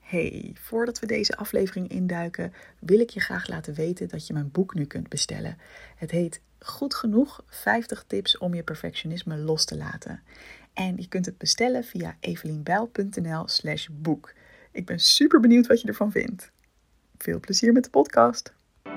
Hey, voordat we deze aflevering induiken, wil ik je graag laten weten dat je mijn boek nu kunt bestellen. Het heet Goed Genoeg, 50 tips om je perfectionisme los te laten. En je kunt het bestellen via evelienbijl.nl/boek. Ik ben super benieuwd wat je ervan vindt. Veel plezier met de podcast.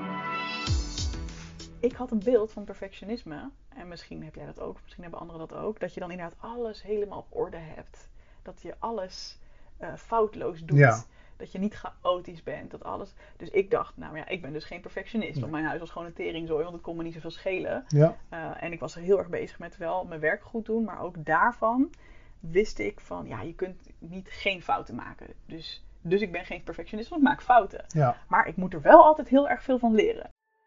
Ik had een beeld van perfectionisme, en misschien heb jij dat ook, misschien hebben anderen dat ook, dat je dan inderdaad alles helemaal op orde hebt. Dat je alles foutloos doet. Ja. Dat je niet chaotisch bent. Dat alles. Dus ik dacht, ik ben dus geen perfectionist. Nee. Want mijn huis was gewoon een teringzooi, want het kon me niet zoveel schelen. Ja. En ik was er heel erg bezig met wel mijn werk goed doen. Maar ook daarvan wist ik van, je kunt geen fouten maken. Dus ik ben geen perfectionist, want ik maak fouten. Ja. Maar ik moet er wel altijd heel erg veel van leren.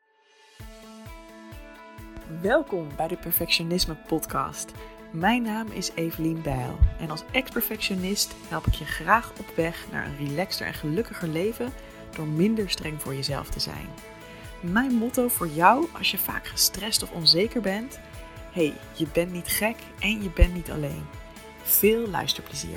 Welkom bij de Perfectionisme Podcast. Mijn naam is Evelien Bijl en als ex-perfectionist help ik je graag op weg naar een relaxter en gelukkiger leven door minder streng voor jezelf te zijn. Mijn motto voor jou als je vaak gestrest of onzeker bent: hey, je bent niet gek en je bent niet alleen. Veel luisterplezier.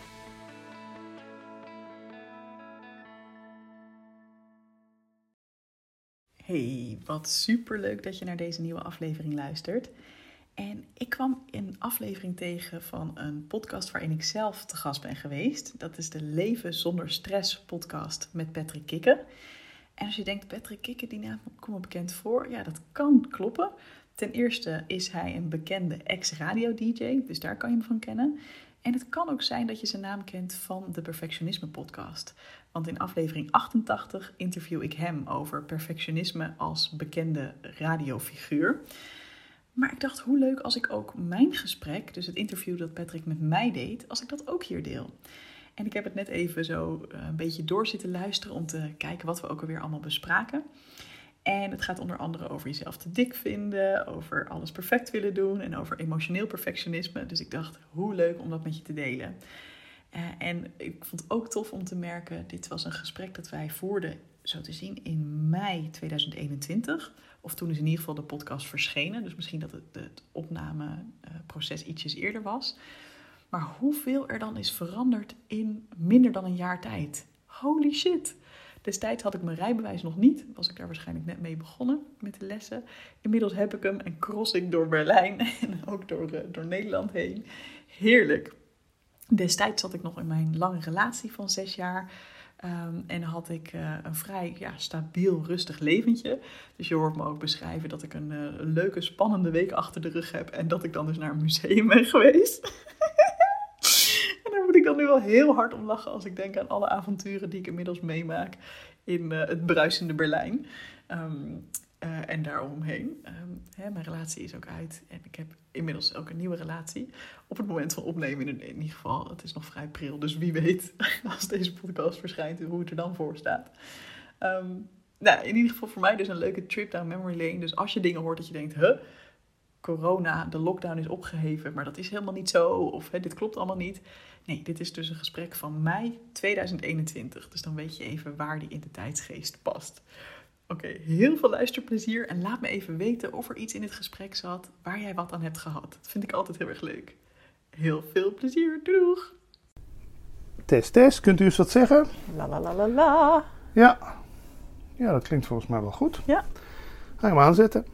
Hey, wat superleuk dat je naar deze nieuwe aflevering luistert. En ik kwam een aflevering tegen van een podcast waarin ik zelf te gast ben geweest. Dat is de Leven zonder Stress podcast met Patrick Kikke. En als je denkt, Patrick Kikke, die naam komt me bekend voor. Ja, dat kan kloppen. Ten eerste is hij een bekende ex-radio-dj, dus daar kan je hem van kennen. En het kan ook zijn dat je zijn naam kent van de Perfectionisme podcast. Want in aflevering 88 interview ik hem over perfectionisme als bekende radiofiguur. Maar ik dacht, hoe leuk als ik ook mijn gesprek, dus het interview dat Patrick met mij deed, als ik dat ook hier deel. En ik heb het net even zo een beetje door zitten luisteren om te kijken wat we ook alweer allemaal bespraken. En het gaat onder andere over jezelf te dik vinden, over alles perfect willen doen en over emotioneel perfectionisme. Dus ik dacht, hoe leuk om dat met je te delen. En ik vond het ook tof om te merken, dit was een gesprek dat wij voerden, zo te zien, in mei 2021. Of toen is in ieder geval de podcast verschenen. Dus misschien dat het opnameproces ietsjes eerder was. Maar hoeveel er dan is veranderd in minder dan een jaar tijd. Holy shit! Destijds had ik mijn rijbewijs nog niet. Was ik daar waarschijnlijk net mee begonnen met de lessen. Inmiddels heb ik hem en cross ik door Berlijn en ook door Nederland heen. Heerlijk! Destijds zat ik nog in mijn lange relatie van 6 jaar. En had ik een vrij stabiel, rustig leventje. Dus je hoort me ook beschrijven dat ik een leuke, spannende week achter de rug heb. En dat ik dan dus naar een museum ben geweest. En daar moet ik dan nu wel heel hard om lachen als ik denk aan alle avonturen die ik inmiddels meemaak in het bruisende Berlijn. En daaromheen. Mijn relatie is ook uit. En ik heb inmiddels ook een nieuwe relatie. Op het moment van opnemen in ieder geval. Het is nog vrij pril. Dus wie weet als deze podcast verschijnt hoe het er dan voor staat. In ieder geval voor mij dus een leuke trip down memory lane. Dus als je dingen hoort dat je denkt, corona, de lockdown is opgeheven. Maar dat is helemaal niet zo. Of dit klopt allemaal niet. Nee, dit is dus een gesprek van mei 2021. Dus dan weet je even waar die in de tijdsgeest past. Oké, heel veel luisterplezier en laat me even weten of er iets in het gesprek zat waar jij wat aan hebt gehad. Dat vind ik altijd heel erg leuk. Heel veel plezier, doeg! Test, kunt u eens wat zeggen? La la la la la. Ja, dat klinkt volgens mij wel goed. Ja. Ga je hem aanzetten.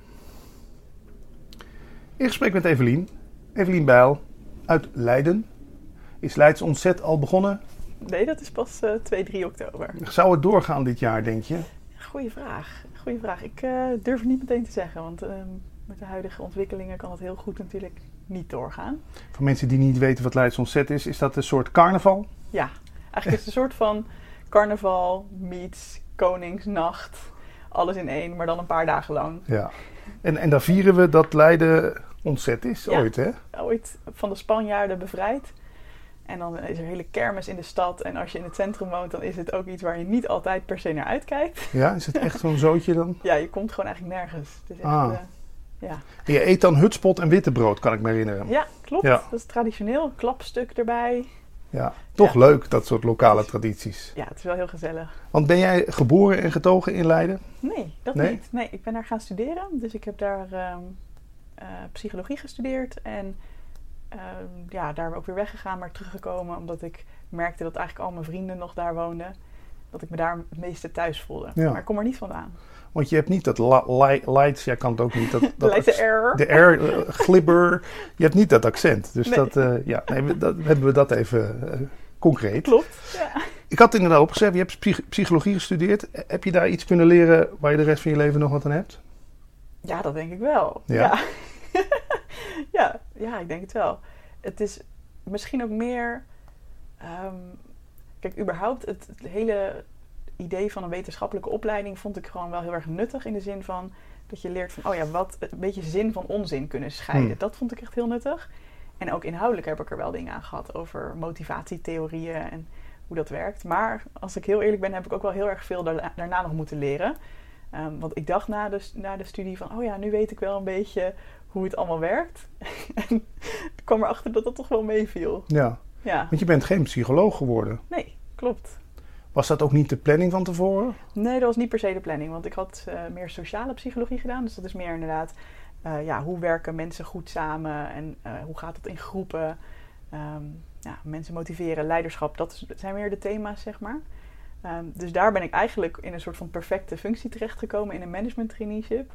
In gesprek met Evelien Bijl uit Leiden. Is Leids Ontzet al begonnen? Nee, dat is pas 2-3 oktober. Zou het doorgaan dit jaar, denk je? Goeie vraag. Ik durf het niet meteen te zeggen, want met de huidige ontwikkelingen kan het heel goed natuurlijk niet doorgaan. Voor mensen die niet weten wat Leids Ontzet is dat een soort carnaval? Ja, eigenlijk is het een soort van carnaval meets Koningsnacht. Alles in één, maar dan een paar dagen lang. Ja. En dan vieren we dat Leiden ontzet is, ooit hè? Ooit van de Spanjaarden bevrijd. En dan is er hele kermis in de stad. En als je in het centrum woont, dan is het ook iets waar je niet altijd per se naar uitkijkt. Ja, is het echt zo'n zootje dan? Ja, je komt gewoon eigenlijk nergens. Het is echt, En je eet dan hutspot en wittebrood, kan ik me herinneren. Ja, klopt. Ja. Dat is traditioneel. Een klapstuk erbij. Ja, toch leuk, dat soort lokale tradities. Ja, het is wel heel gezellig. Want ben jij geboren en getogen in Leiden? Nee, dat niet. Nee, ik ben daar gaan studeren. Dus ik heb daar psychologie gestudeerd. En daar ook weer weggegaan, maar teruggekomen omdat ik merkte dat eigenlijk al mijn vrienden nog daar woonden. Dat ik me daar het meeste thuis voelde. Ja. Maar ik kom er niet vandaan. Want je hebt niet dat lights, jij kan het ook niet. Dat De air, glibber. Je hebt niet dat accent. Dus Nee. hebben we dat even concreet. Klopt, ja. Ik had inderdaad opgeschreven, je hebt psychologie gestudeerd. Heb je daar iets kunnen leren waar je de rest van je leven nog wat aan hebt? Ja, dat denk ik wel. Ja? Ja, ik denk het wel. Het is misschien ook meer... kijk, überhaupt het hele idee van een wetenschappelijke opleiding vond ik gewoon wel heel erg nuttig. In de zin van dat je leert van, een beetje zin van onzin kunnen scheiden. Dat vond ik echt heel nuttig. En ook inhoudelijk heb ik er wel dingen aan gehad over motivatietheorieën en hoe dat werkt. Maar als ik heel eerlijk ben, heb ik ook wel heel erg veel daarna nog moeten leren. Want ik dacht na de studie van, nu weet ik wel een beetje hoe het allemaal werkt. En ik kwam erachter dat dat toch wel meeviel. Ja, Ja. want je bent geen psycholoog geworden. Nee, klopt. Was dat ook niet de planning van tevoren? Nee, dat was niet per se de planning. Want ik had meer sociale psychologie gedaan. Dus dat is meer inderdaad, hoe werken mensen goed samen en hoe gaat het in groepen. Mensen motiveren, leiderschap, dat zijn meer de thema's, zeg maar. Dus daar ben ik eigenlijk in een soort van perfecte functie terechtgekomen in een management traineeship.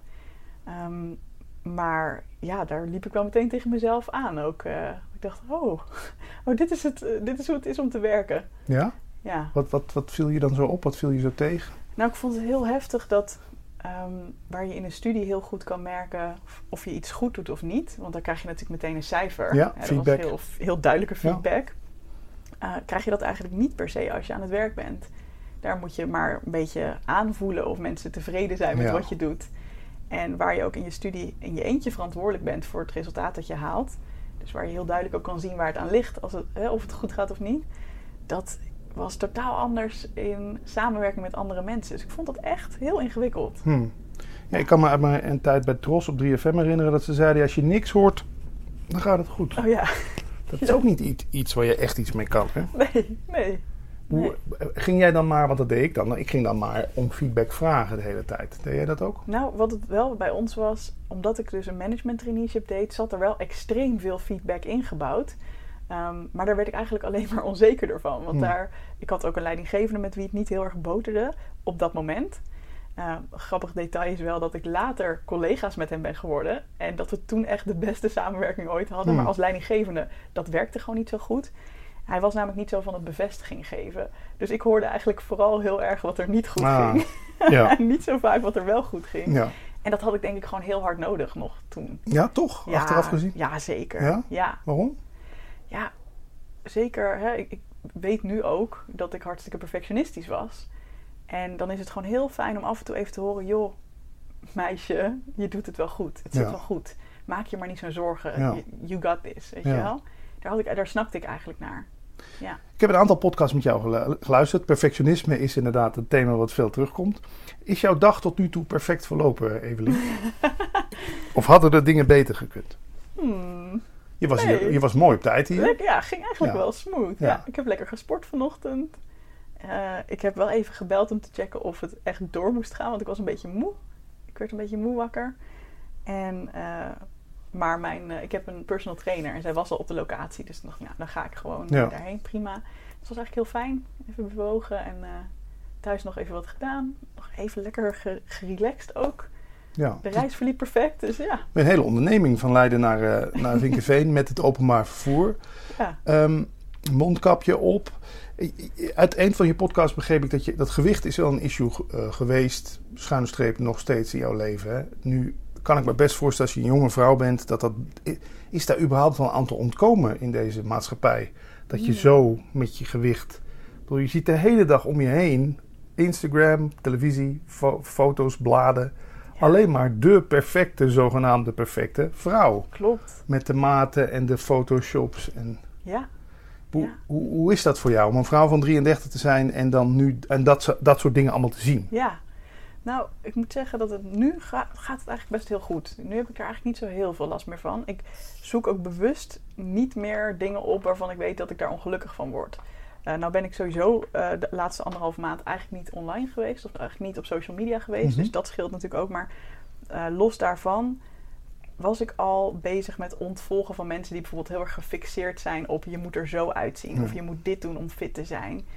Maar ja, daar liep ik wel meteen tegen mezelf aan ook. Ik dacht, dit is hoe het is om te werken. Ja? Ja. Wat viel je dan zo op? Wat viel je zo tegen? Nou, ik vond het heel heftig dat waar je in een studie heel goed kan merken of je iets goed doet of niet. Want dan krijg je natuurlijk meteen een cijfer. Ja, feedback. Dat was heel duidelijke feedback. Ja. Krijg je dat eigenlijk niet per se als je aan het werk bent. Daar moet je maar een beetje aanvoelen of mensen tevreden zijn met wat je doet. En waar je ook in je studie in je eentje verantwoordelijk bent voor het resultaat dat je haalt. Dus waar je heel duidelijk ook kan zien waar het aan ligt, of het goed gaat of niet. Dat was totaal anders in samenwerking met andere mensen. Dus ik vond dat echt heel ingewikkeld. Ja, ik kan me uit mijn tijd bij Tros op 3FM herinneren dat ze zeiden, als je niks hoort, dan gaat het goed. Oh ja. Dat is ook niet iets waar je echt iets mee kan, hè? Nee. Hoe ging jij dan maar, want dat deed ik dan. Ik ging dan maar om feedback vragen de hele tijd. Deed jij dat ook? Nou, wat het wel bij ons was, omdat ik dus een management traineeship deed, zat er wel extreem veel feedback ingebouwd. Maar daar werd ik eigenlijk alleen maar onzekerder van. Want ik had ook een leidinggevende met wie het niet heel erg boterde op dat moment. Grappig detail is wel dat ik later collega's met hem ben geworden. En dat we toen echt de beste samenwerking ooit hadden. Maar als leidinggevende, dat werkte gewoon niet zo goed. Hij was namelijk niet zo van het bevestiging geven. Dus ik hoorde eigenlijk vooral heel erg wat er niet goed ging. Ja. En niet zo vaak wat er wel goed ging. Ja. En dat had ik denk ik gewoon heel hard nodig nog toen. Ja, toch? Ja, achteraf gezien? Ja, zeker. Ja. Waarom? Ja, zeker. Hè? Ik weet nu ook dat ik hartstikke perfectionistisch was. En dan is het gewoon heel fijn om af en toe even te horen, joh, meisje, je doet het wel goed. Het zit wel goed. Maak je maar niet zo'n zorgen. Ja. You got this, weet je wel? Daar snakte ik eigenlijk naar. Ja. Ik heb een aantal podcasts met jou geluisterd. Perfectionisme is inderdaad een thema wat veel terugkomt. Is jouw dag tot nu toe perfect verlopen, Evelien? Of hadden er dingen beter gekund? Je was mooi op tijd hier. Ja, ging eigenlijk wel smooth. Ja. Ik heb lekker gesport vanochtend. Ik heb wel even gebeld om te checken of het echt door moest gaan. Want ik was een beetje moe. Ik werd een beetje moe wakker. Maar ik heb een personal trainer en zij was al op de locatie. Dus dan ga ik gewoon daarheen. Prima. Het was eigenlijk heel fijn. Even bewogen en thuis nog even wat gedaan. Nog even lekker gerelaxed ook. Ja. De reis verliep perfect, dus ja. Een hele onderneming van Leiden naar Vinkeveen met het openbaar vervoer. Ja. Mondkapje op. Uit een van je podcasts begreep ik dat gewicht is wel een issue geweest. Schuine streep nog steeds in jouw leven. Hè? Nu kan ik me best voorstellen als je een jonge vrouw bent. Is daar überhaupt wel aan te ontkomen in deze maatschappij? Dat je zo met je gewicht... Je ziet de hele dag om je heen. Instagram, televisie, foto's, bladen. Ja. Alleen maar de perfecte, zogenaamde perfecte vrouw. Klopt. Met de maten en de photoshops. Ja. Hoe is dat voor jou om een vrouw van 33 te zijn en dan nu en dat soort dingen allemaal te zien? Ja, nou, ik moet zeggen dat het nu gaat het eigenlijk best heel goed. Nu heb ik er eigenlijk niet zo heel veel last meer van. Ik zoek ook bewust niet meer dingen op waarvan ik weet dat ik daar ongelukkig van word. Nou ben ik sowieso de laatste 1,5 maand eigenlijk niet online geweest. Of eigenlijk niet op social media geweest. Mm-hmm. Dus dat scheelt natuurlijk ook. Maar los daarvan was ik al bezig met ontvolgen van mensen die bijvoorbeeld heel erg gefixeerd zijn op je moet er zo uitzien. Of je moet dit doen om fit te zijn.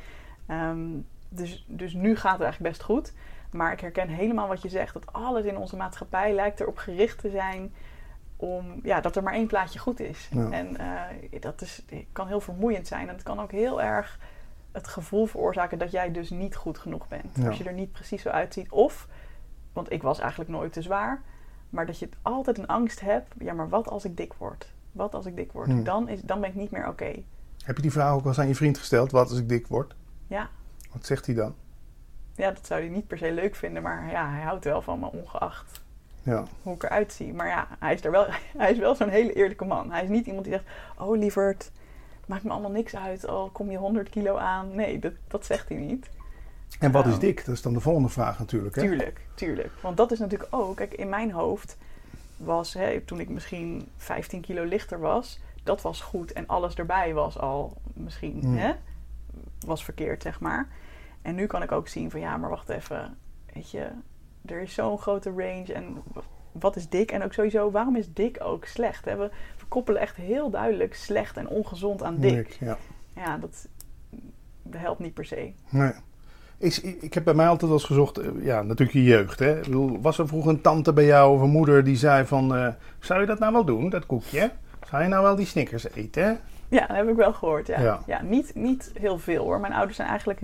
Dus nu gaat het eigenlijk best goed. Maar ik herken helemaal wat je zegt. Dat alles in onze maatschappij lijkt erop gericht te zijn dat er maar één plaatje goed is. Ja. En dat kan heel vermoeiend zijn. En het kan ook heel erg het gevoel veroorzaken dat jij dus niet goed genoeg bent. Ja. Als je er niet precies zo uitziet. Of, want ik was eigenlijk nooit te zwaar. Maar dat je altijd een angst hebt. Ja, maar wat als ik dik word? Wat als ik dik word? Dan ben ik niet meer oké. Heb je die vraag ook wel eens aan je vriend gesteld? Wat als ik dik word? Ja. Wat zegt hij dan? Ja, dat zou hij niet per se leuk vinden. Maar ja, hij houdt wel van me, ongeacht hoe ik eruit zie. Maar ja, hij is wel zo'n hele eerlijke man. Hij is niet iemand die zegt, oh lieverd, maakt me allemaal niks uit. Al kom je 100 kilo aan. Nee, dat zegt hij niet. En wat is dik? Dat is dan de volgende vraag natuurlijk. Hè? Tuurlijk. Want dat is natuurlijk ook... Kijk, in mijn hoofd was... toen ik misschien 15 kilo lichter was... Dat was goed. En alles erbij was al misschien... was verkeerd, zeg maar. En nu kan ik ook zien van... Ja, maar wacht even. Weet je... Er is zo'n grote range. En wat is dik? En ook sowieso... Waarom is dik ook slecht? We koppelen echt heel duidelijk... slecht en ongezond aan dik. Ja, dat helpt niet per se. Nee. Ik heb bij mij altijd wel eens gezocht, natuurlijk je jeugd. Hè? Was er vroeger een tante bij jou of een moeder die zei van... zou je dat nou wel doen, dat koekje? Zou je nou wel die Snickers eten? Ja, dat heb ik wel gehoord, ja. Niet heel veel hoor. Mijn ouders zijn eigenlijk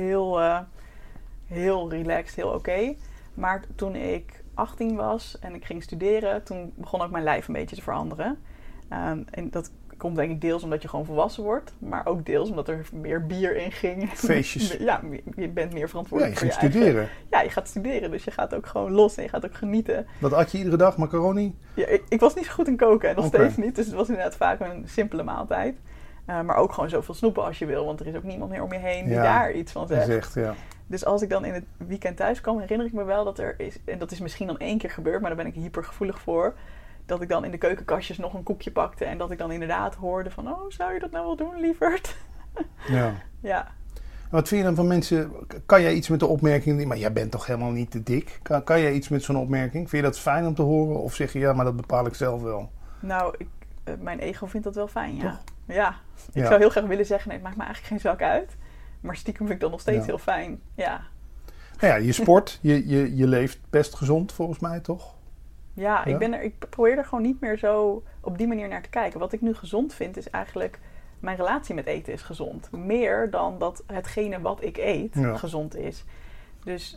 heel relaxed, heel oké. Maar toen ik 18 was en ik ging studeren... toen begon ook mijn lijf een beetje te veranderen. En dat komt denk ik deels omdat je gewoon volwassen wordt. Maar ook deels omdat er meer bier in ging. Feestjes. Ja, je bent meer verantwoordelijk voor je eigen... Ja, je ging studeren. Ja, je gaat studeren. Dus je gaat ook gewoon los en je gaat ook genieten. Wat at je iedere dag? Macaroni? Ja, ik was niet zo goed in koken en nog steeds niet. Dus het was inderdaad vaak een simpele maaltijd. Maar ook gewoon zoveel snoepen als je wil. Want er is ook niemand meer om je heen die daar iets van zegt. Zegt, ja. Dus als ik dan in het weekend thuis kwam, herinner ik me wel dat er is... En dat is misschien dan 1 keer gebeurd, maar daar ben ik hypergevoelig voor... Dat ik dan in de keukenkastjes nog een koekje pakte. En dat ik dan inderdaad hoorde van... Oh, zou je dat nou wel doen, lieverd? Ja. Wat vind je dan van mensen... Kan jij iets met de opmerking... Maar jij bent toch helemaal niet te dik? Kan jij iets met zo'n opmerking? Vind je dat fijn om te horen? Of zeg je ja, maar dat bepaal ik zelf wel? Nou, mijn ego vindt dat wel fijn, ja. Toch? Ja. Ik zou heel graag willen zeggen... Nee, het maakt me eigenlijk geen zak uit. Maar stiekem vind ik dat nog steeds heel fijn. Ja. Nou ja, je sport. je leeft best gezond volgens mij, toch? Ja, ik probeer er gewoon niet meer zo op die manier naar te kijken. Wat ik nu gezond vind is eigenlijk... Mijn relatie met eten is gezond. Meer dan dat hetgene wat ik eet gezond is. Dus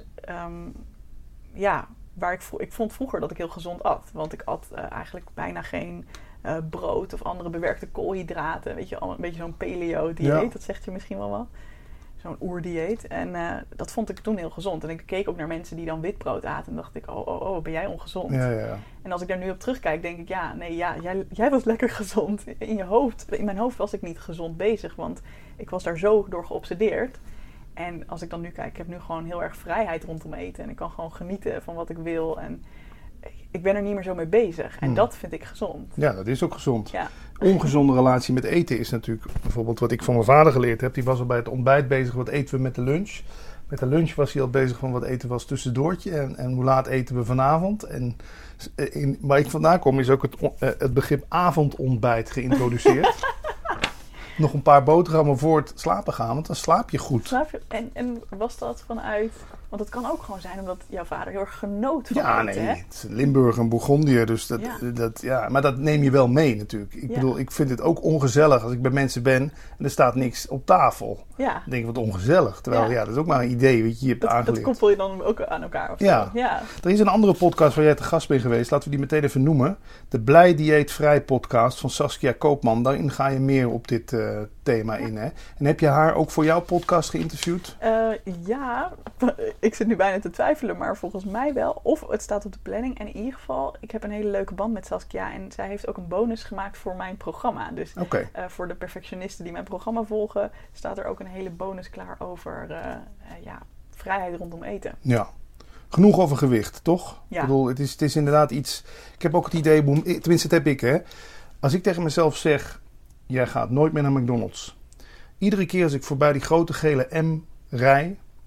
ik vond vroeger dat ik heel gezond at. Want ik at eigenlijk bijna geen brood of andere bewerkte koolhydraten. Weet je, een beetje zo'n paleo-dieet. Dat zegt je misschien wel. Zo'n oerdieet. En dat vond ik toen heel gezond. En ik keek ook naar mensen die dan witbrood aten. En dacht ik, oh, ben jij ongezond? Ja. En als ik daar nu op terugkijk, denk ik, jij was lekker gezond. In mijn hoofd was ik niet gezond bezig. Want ik was daar zo door geobsedeerd. En als ik dan nu kijk, ik heb nu gewoon heel erg vrijheid rondom eten. En ik kan gewoon genieten van wat ik wil. En ik ben er niet meer zo mee bezig. En dat vind ik gezond. Ja, dat is ook gezond. Ja. Ongezonde relatie met eten is natuurlijk... Bijvoorbeeld wat ik van mijn vader geleerd heb. Die was al bij het ontbijt bezig. Wat eten we met de lunch? Met de lunch was hij al bezig van wat eten was tussendoortje. En hoe laat eten we vanavond? En waar ik vandaan kom is ook het begrip avondontbijt geïntroduceerd. Nog een paar boterhammen voor het slapen gaan. Want dan slaap je goed. En was dat vanuit... Want het kan ook gewoon zijn omdat jouw vader heel erg genoot van eten, hè? Het is Limburg en Bourgondië, dus maar dat neem je wel mee natuurlijk. Ik bedoel, ik vind het ook ongezellig als ik bij mensen ben en er staat niks op tafel. Ja. Dan denk ik, wat ongezellig. Terwijl, dat is ook maar een idee wat je hebt aangeleerd. Dat koppel je dan ook aan elkaar of zo. Ja. Er is een andere podcast waar jij te gast bent geweest. Laten we die meteen even noemen. De Blij Dieet Vrij podcast van Saskia Koopman. Daarin ga je meer op dit thema in, hè? En heb je haar ook voor jouw podcast geïnterviewd? Ja, ik zit nu bijna te twijfelen, maar volgens mij wel. Of het staat op de planning. En in ieder geval, ik heb een hele leuke band met Saskia. En zij heeft ook een bonus gemaakt voor mijn programma. Dus voor de perfectionisten die mijn programma volgen, staat er ook een hele bonus klaar over vrijheid rondom eten. Ja. Genoeg over gewicht, toch? Ja. Ik bedoel, het is inderdaad iets... Ik heb ook het idee, tenminste dat heb ik, hè. Als ik tegen mezelf zeg, jij gaat nooit meer naar McDonald's. Iedere keer als ik voorbij die grote gele M rij,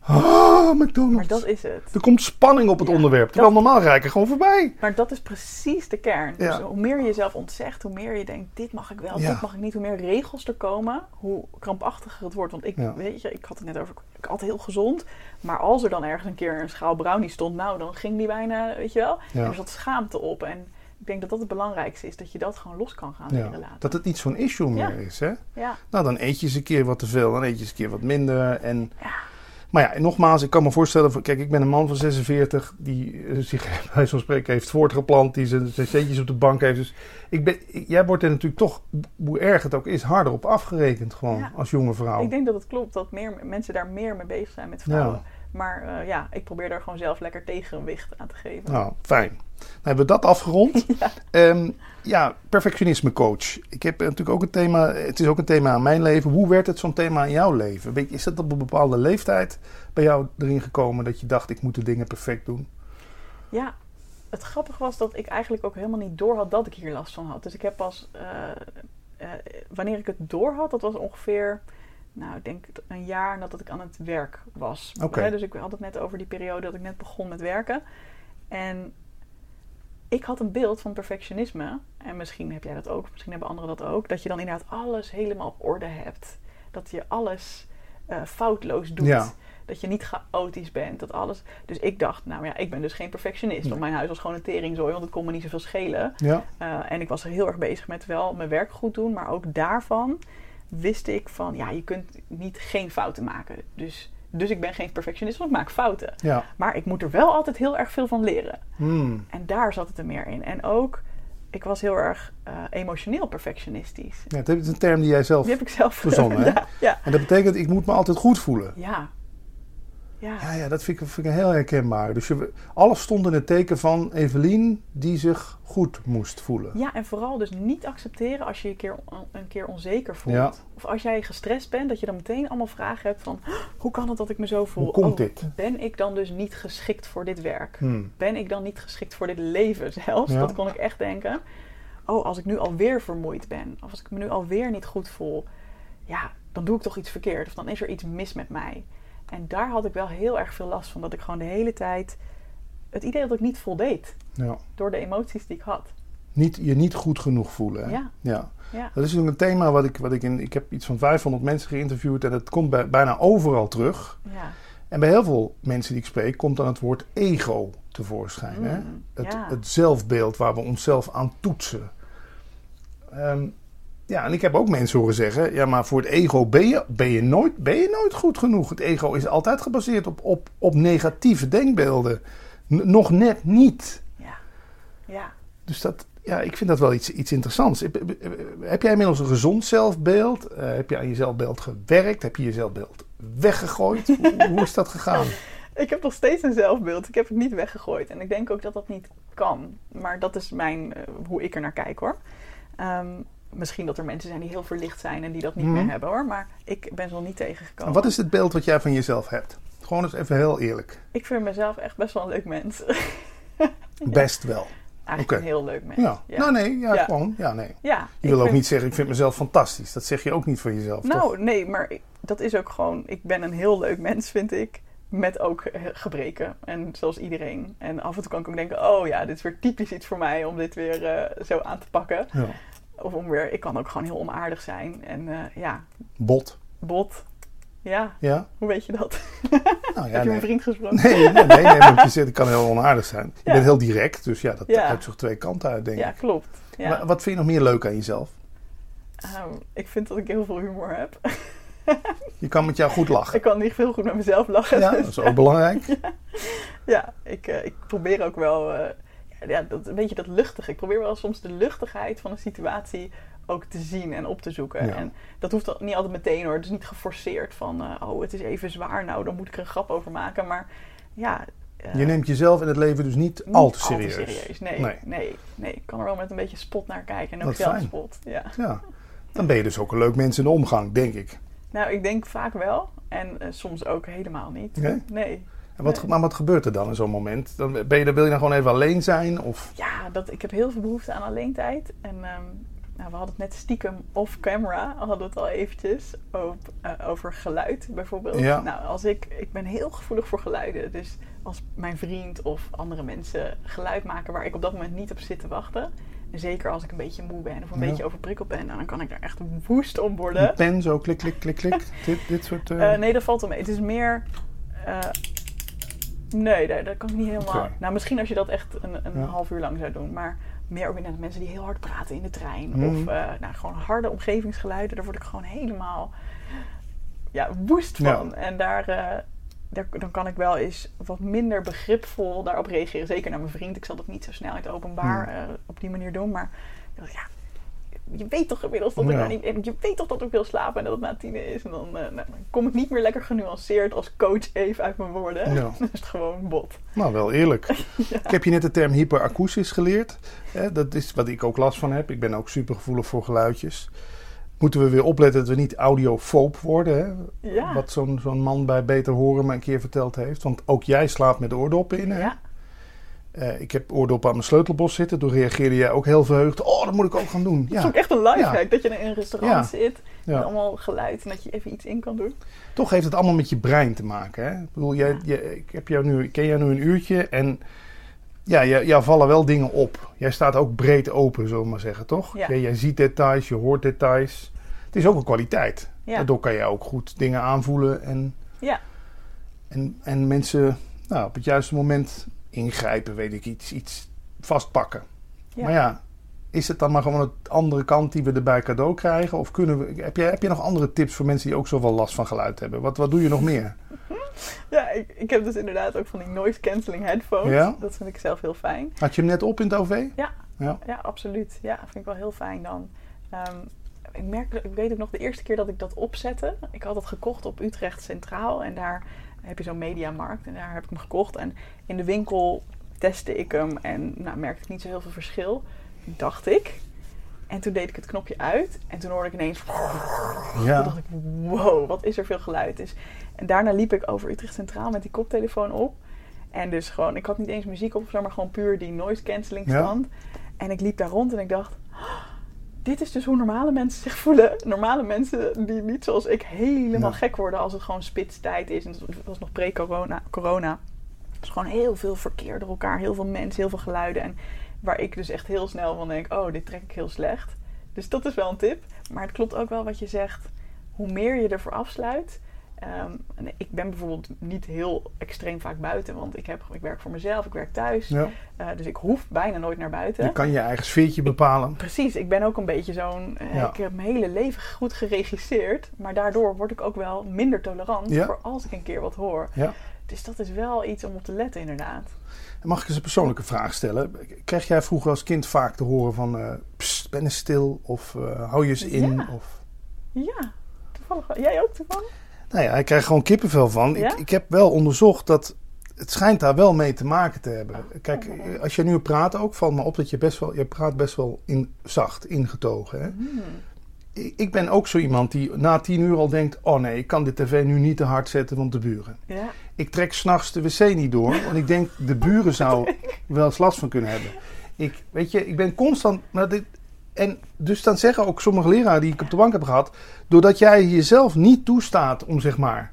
McDonald's. Maar dat is het. Er komt spanning op het onderwerp. Terwijl normaal ga ik er gewoon voorbij. Maar dat is precies de kern. Ja. Dus hoe meer je jezelf ontzegt, hoe meer je denkt, dit mag ik wel, dit mag ik niet. Hoe meer regels er komen, hoe krampachtiger het wordt. Want weet je, ik had het net over, ik at heel gezond. Maar als er dan ergens een keer een schaal brownie stond, nou, dan ging die bijna, weet je wel. Ja. En er zat schaamte op. En ik denk dat dat het belangrijkste is, dat je dat gewoon los kan gaan leren laten. Dat het niet zo'n issue meer is, hè? Ja. Nou, dan eet je eens een keer wat te veel, dan eet je eens een keer wat minder. En... Ja. Maar ja, nogmaals, ik kan me voorstellen... Kijk, ik ben een man van 46 die zich bij zo'n spreken heeft voortgeplant. Die zijn centjes op de bank heeft. Dus jij wordt er natuurlijk toch, hoe erg het ook is, harder op afgerekend gewoon als jonge vrouw. Ik denk dat het klopt, dat meer mensen daar meer mee bezig zijn met vrouwen. Ja. Maar ik probeer daar gewoon zelf lekker tegenwicht aan te geven. Nou, fijn. Dan hebben we dat afgerond. Perfectionisme coach. Ik heb natuurlijk ook een thema, het is ook een thema aan mijn leven. Hoe werd het zo'n thema in jouw leven? Is dat op een bepaalde leeftijd bij jou erin gekomen dat je dacht, ik moet de dingen perfect doen? Ja, het grappige was dat ik eigenlijk ook helemaal niet door had dat ik hier last van had. Dus ik heb pas, wanneer ik het door had, dat was ongeveer... Nou, ik denk een jaar nadat ik aan het werk was. Okay. Dus ik had het net over die periode dat ik net begon met werken. En ik had een beeld van perfectionisme. En misschien heb jij dat ook, misschien hebben anderen dat ook. Dat je dan inderdaad alles helemaal op orde hebt. Dat je alles foutloos doet. Ja. Dat je niet chaotisch bent. Dat alles. Dus ik dacht, nou ja, ik ben dus geen perfectionist. Nee. Want mijn huis was gewoon een teringzooi, want het kon me niet zoveel schelen. Ja. En ik was er heel erg bezig met wel mijn werk goed doen. Maar ook daarvan wist ik van, ja, je kunt niet geen fouten maken. Dus ik ben geen perfectionist, want ik maak fouten. Ja. Maar ik moet er wel altijd heel erg veel van leren. En daar zat het er meer in. En ook, ik was heel erg emotioneel perfectionistisch. Ja, dat is een term die jij zelf die heb ik zelf verzonnen, hè? Ja. En dat betekent, ik moet me altijd goed voelen. Ja. Ja, dat vind ik heel herkenbaar. Dus alles stond in het teken van Evelien die zich goed moest voelen. Ja, en vooral dus niet accepteren als je een keer onzeker voelt. Ja. Of als jij gestrest bent, dat je dan meteen allemaal vragen hebt van... Hoe kan het dat ik me zo voel? Hoe komt dit? Ben ik dan dus niet geschikt voor dit werk? Ben ik dan niet geschikt voor dit leven zelfs? Ja. Dat kon ik echt denken. Als ik nu alweer vermoeid ben. Of als ik me nu alweer niet goed voel. Ja, dan doe ik toch iets verkeerd. Of dan is er iets mis met mij. En daar had ik wel heel erg veel last van. Dat ik gewoon de hele tijd het idee dat ik niet voldeed. Ja. Door de emoties die ik had. Je niet goed genoeg voelen. Hè? Ja. Dat is een thema wat ik ik heb iets van 500 mensen geïnterviewd. En het komt bijna overal terug. Ja. En bij heel veel mensen die ik spreek komt dan het woord ego tevoorschijn. Hè? Het zelfbeeld waar we onszelf aan toetsen. Ja, en ik heb ook mensen horen zeggen... Ja, maar voor het ego ben je nooit goed genoeg. Het ego is altijd gebaseerd op negatieve denkbeelden. Nog net niet. Ja. Dus ik vind dat wel iets interessants. Heb jij inmiddels een gezond zelfbeeld? Heb je aan je zelfbeeld gewerkt? Heb je je zelfbeeld weggegooid? Hoe is dat gegaan? Ik heb nog steeds een zelfbeeld. Ik heb het niet weggegooid. En ik denk ook dat dat niet kan. Maar dat is hoe ik er naar kijk, hoor. Misschien dat er mensen zijn die heel verlicht zijn en die dat niet meer hebben, hoor. Maar ik ben ze nog niet tegengekomen. Wat is het beeld wat jij van jezelf hebt? Gewoon eens even heel eerlijk. Ik vind mezelf echt best wel een leuk mens. Best wel. Eigenlijk een heel leuk mens. Ja. Nou nee, gewoon. Ja, nee. Ja, je wil ook niet zeggen, ik vind mezelf fantastisch. Dat zeg je ook niet van jezelf, nou, toch? Nee, maar dat is ook gewoon... Ik ben een heel leuk mens, vind ik. Met ook gebreken. En zoals iedereen. En af en toe kan ik ook denken... Oh ja, dit is weer typisch iets voor mij om dit weer zo aan te pakken. Ja. Of ik kan ook gewoon heel onaardig zijn. En Bot. Ja. Hoe weet je dat? Nou, heb je mijn vriend gesproken? Nee, want je zegt, ik kan heel onaardig zijn. Je bent heel direct, dus dat uitzoekt twee kanten uit, denk ik. Ja, klopt. Ja. Maar wat vind je nog meer leuk aan jezelf? Ik vind dat ik heel veel humor heb. Je kan met jou goed lachen. Ik kan niet veel goed met mezelf lachen. Ja, dat is ook belangrijk. Ja, ik probeer ook wel... een beetje dat luchtige. Ik probeer wel soms de luchtigheid van een situatie ook te zien en op te zoeken. Ja. En dat hoeft niet altijd meteen, hoor. Het is niet geforceerd van... het is even zwaar, nou, dan moet ik er een grap over maken. Maar ja... je neemt jezelf in het leven dus niet al te serieus. Al te serieus. Nee. Ik kan er wel met een beetje spot naar kijken. En ook zelfspot. Ja. Dan ben je dus ook een leuk mens in de omgang, denk ik. Nou, ik denk vaak wel. En soms ook helemaal niet. Nee. Maar wat gebeurt er dan in zo'n moment? Wil je dan gewoon even alleen zijn? Of? Ja, ik heb heel veel behoefte aan alleentijd. En Nou, we hadden het net stiekem off-camera, hadden we het al eventjes over geluid bijvoorbeeld. Ja. Nou, ik ben heel gevoelig voor geluiden. Dus als mijn vriend of andere mensen geluid maken waar ik op dat moment niet op zit te wachten. En zeker als ik een beetje moe ben of een beetje overprikkeld ben, dan kan ik daar echt woest om worden. Een pen zo, klik, klik, klik, klik. dit soort... Nee, dat valt wel mee. Het is meer... nee, dat kan ik niet helemaal... Okay. Nou, misschien als je dat echt een half uur lang zou doen. Maar meer ook inderdaad mensen die heel hard praten in de trein. Of gewoon harde omgevingsgeluiden. Daar word ik gewoon helemaal woest van. Ja. En dan kan ik wel eens wat minder begripvol daarop reageren. Zeker naar mijn vriend. Ik zal dat niet zo snel in het openbaar op die manier doen. Maar je weet toch inmiddels dat ik daar niet... En je weet toch dat ik wil slapen en dat het na 10 is. En dan kom ik niet meer lekker genuanceerd als coach even uit mijn woorden. Ja. Dan is het gewoon bot. Nou, wel eerlijk. Ja. Ik heb je net de term hyperakoestisch geleerd. Dat is wat ik ook last van heb. Ik ben ook super gevoelig voor geluidjes. Moeten we weer opletten dat we niet audiofoob worden. Hè? Ja. Wat zo'n man bij Beter Horen me een keer verteld heeft. Want ook jij slaapt met oordoppen in. Hè? Ja. Ik heb oordoppen aan mijn sleutelbos zitten. Toen reageerde jij ook heel verheugd. Oh, dat moet ik ook gaan doen. Ja. Dat is ook echt een lifehack. Dat je in een restaurant zit. Met allemaal geluid. En dat je even iets in kan doen. Toch heeft het allemaal met je brein te maken. Hè? Ik bedoel, ik ken jou nu een uurtje. En jou vallen wel dingen op. Jij staat ook breed open, zullen we maar zeggen, toch? Ja. Jij ziet details, je hoort details. Het is ook een kwaliteit. Ja. Daardoor kan je ook goed dingen aanvoelen. En mensen op het juiste moment ingrijpen, weet ik, iets vastpakken. Ja. Maar is het dan maar gewoon de andere kant die we erbij cadeau krijgen? Of heb je nog andere tips voor mensen die ook zoveel last van geluid hebben? Wat doe je nog meer? Ja, ik heb dus inderdaad ook van die noise cancelling headphones. Ja? Dat vind ik zelf heel fijn. Had je hem net op in het OV? Ja, absoluut. Ja, vind ik wel heel fijn dan. Ik weet ook nog de eerste keer dat ik dat opzette. Ik had het gekocht op Utrecht Centraal. En daar heb je zo'n mediamarkt. En daar heb ik hem gekocht. En in de winkel testte ik hem. En merkte ik niet zo heel veel verschil. Dacht ik. En toen deed ik het knopje uit. En toen hoorde ik ineens... Ja. Toen dacht ik, wow, wat is er veel geluid. En daarna liep ik over Utrecht Centraal met die koptelefoon op. En dus gewoon, ik had niet eens muziek op of zo, maar gewoon puur die noise cancelling stand. Ja. En ik liep daar rond en ik dacht... Dit is dus hoe normale mensen zich voelen. Normale mensen die niet zoals ik helemaal gek worden als het gewoon spitstijd is. En het was nog pre-corona. Dus gewoon heel veel verkeer door elkaar. Heel veel mensen, heel veel geluiden. En waar ik dus echt heel snel van denk, oh, dit trek ik heel slecht. Dus dat is wel een tip. Maar het klopt ook wel wat je zegt. Hoe meer je ervoor afsluit. Ik ben bijvoorbeeld niet heel extreem vaak buiten. Want ik werk voor mezelf, ik werk thuis. Ja. Dus ik hoef bijna nooit naar buiten. Je kan je eigen sfeertje bepalen. Precies, ik ben ook een beetje zo'n... Ik heb mijn hele leven goed geregisseerd. Maar daardoor word ik ook wel minder tolerant voor als ik een keer wat hoor. Ja. Dus dat is wel iets om op te letten inderdaad. Mag ik eens een persoonlijke vraag stellen? Kreeg jij vroeger als kind vaak te horen van... Psst, ben eens stil of hou je eens in? Ja, ja, toevallig. Jij ook toevallig? Nou ja, ik krijg gewoon kippenvel van. Ja? Ik heb wel onderzocht dat het schijnt daar wel mee te maken te hebben. Kijk, als je nu praat ook, valt me op dat je praat best wel zacht, ingetogen. Hè? Ik ben ook zo iemand die na 10 uur al denkt... oh nee, ik kan de tv nu niet te hard zetten, want de buren. Ja. Ik trek 's nachts de wc niet door, want ik denk de buren zou wel eens last van kunnen hebben. Ik ben constant... En dus dan zeggen ook sommige leraren die ik op de bank heb gehad... doordat jij jezelf niet toestaat om zeg maar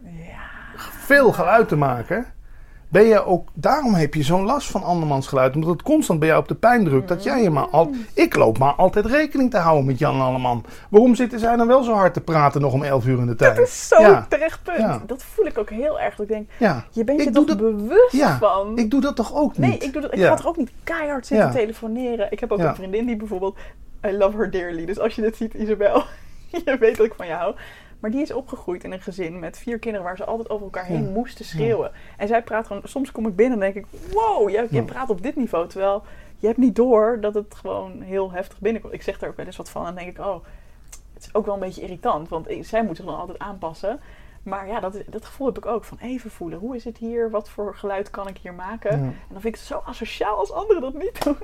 veel geluid te maken... ben je ook, daarom heb je zo'n last van andermans geluid. Omdat het constant bij jou op de pijn drukt. Dat jij ik loop maar altijd rekening te houden met Jan Alleman. Waarom zitten zij dan wel zo hard te praten nog om 11 uur in de tijd? Dat is zo'n terecht punt. Ja. Dat voel ik ook heel erg. Dat ik denk, je bent je toch bewust van... Ik doe dat toch ook niet? Nee, ik ga toch ook niet keihard zitten telefoneren. Ik heb ook een vriendin die bijvoorbeeld... I love her dearly. Dus als je dit ziet, Isabel, je weet dat ik van je hou. Maar die is opgegroeid in een gezin met 4 kinderen... waar ze altijd over elkaar heen moesten schreeuwen. Ja. En zij praat gewoon... Soms kom ik binnen en denk ik... wow, jij praat op dit niveau. Terwijl je hebt niet door dat het gewoon heel heftig binnenkomt. Ik zeg daar ook wel eens wat van en denk ik... oh, het is ook wel een beetje irritant. Want zij moet zich dan altijd aanpassen. Maar ja, dat gevoel heb ik ook. Van even voelen. Hoe is het hier? Wat voor geluid kan ik hier maken? Ja. En dan vind ik het zo asociaal als anderen dat niet doen.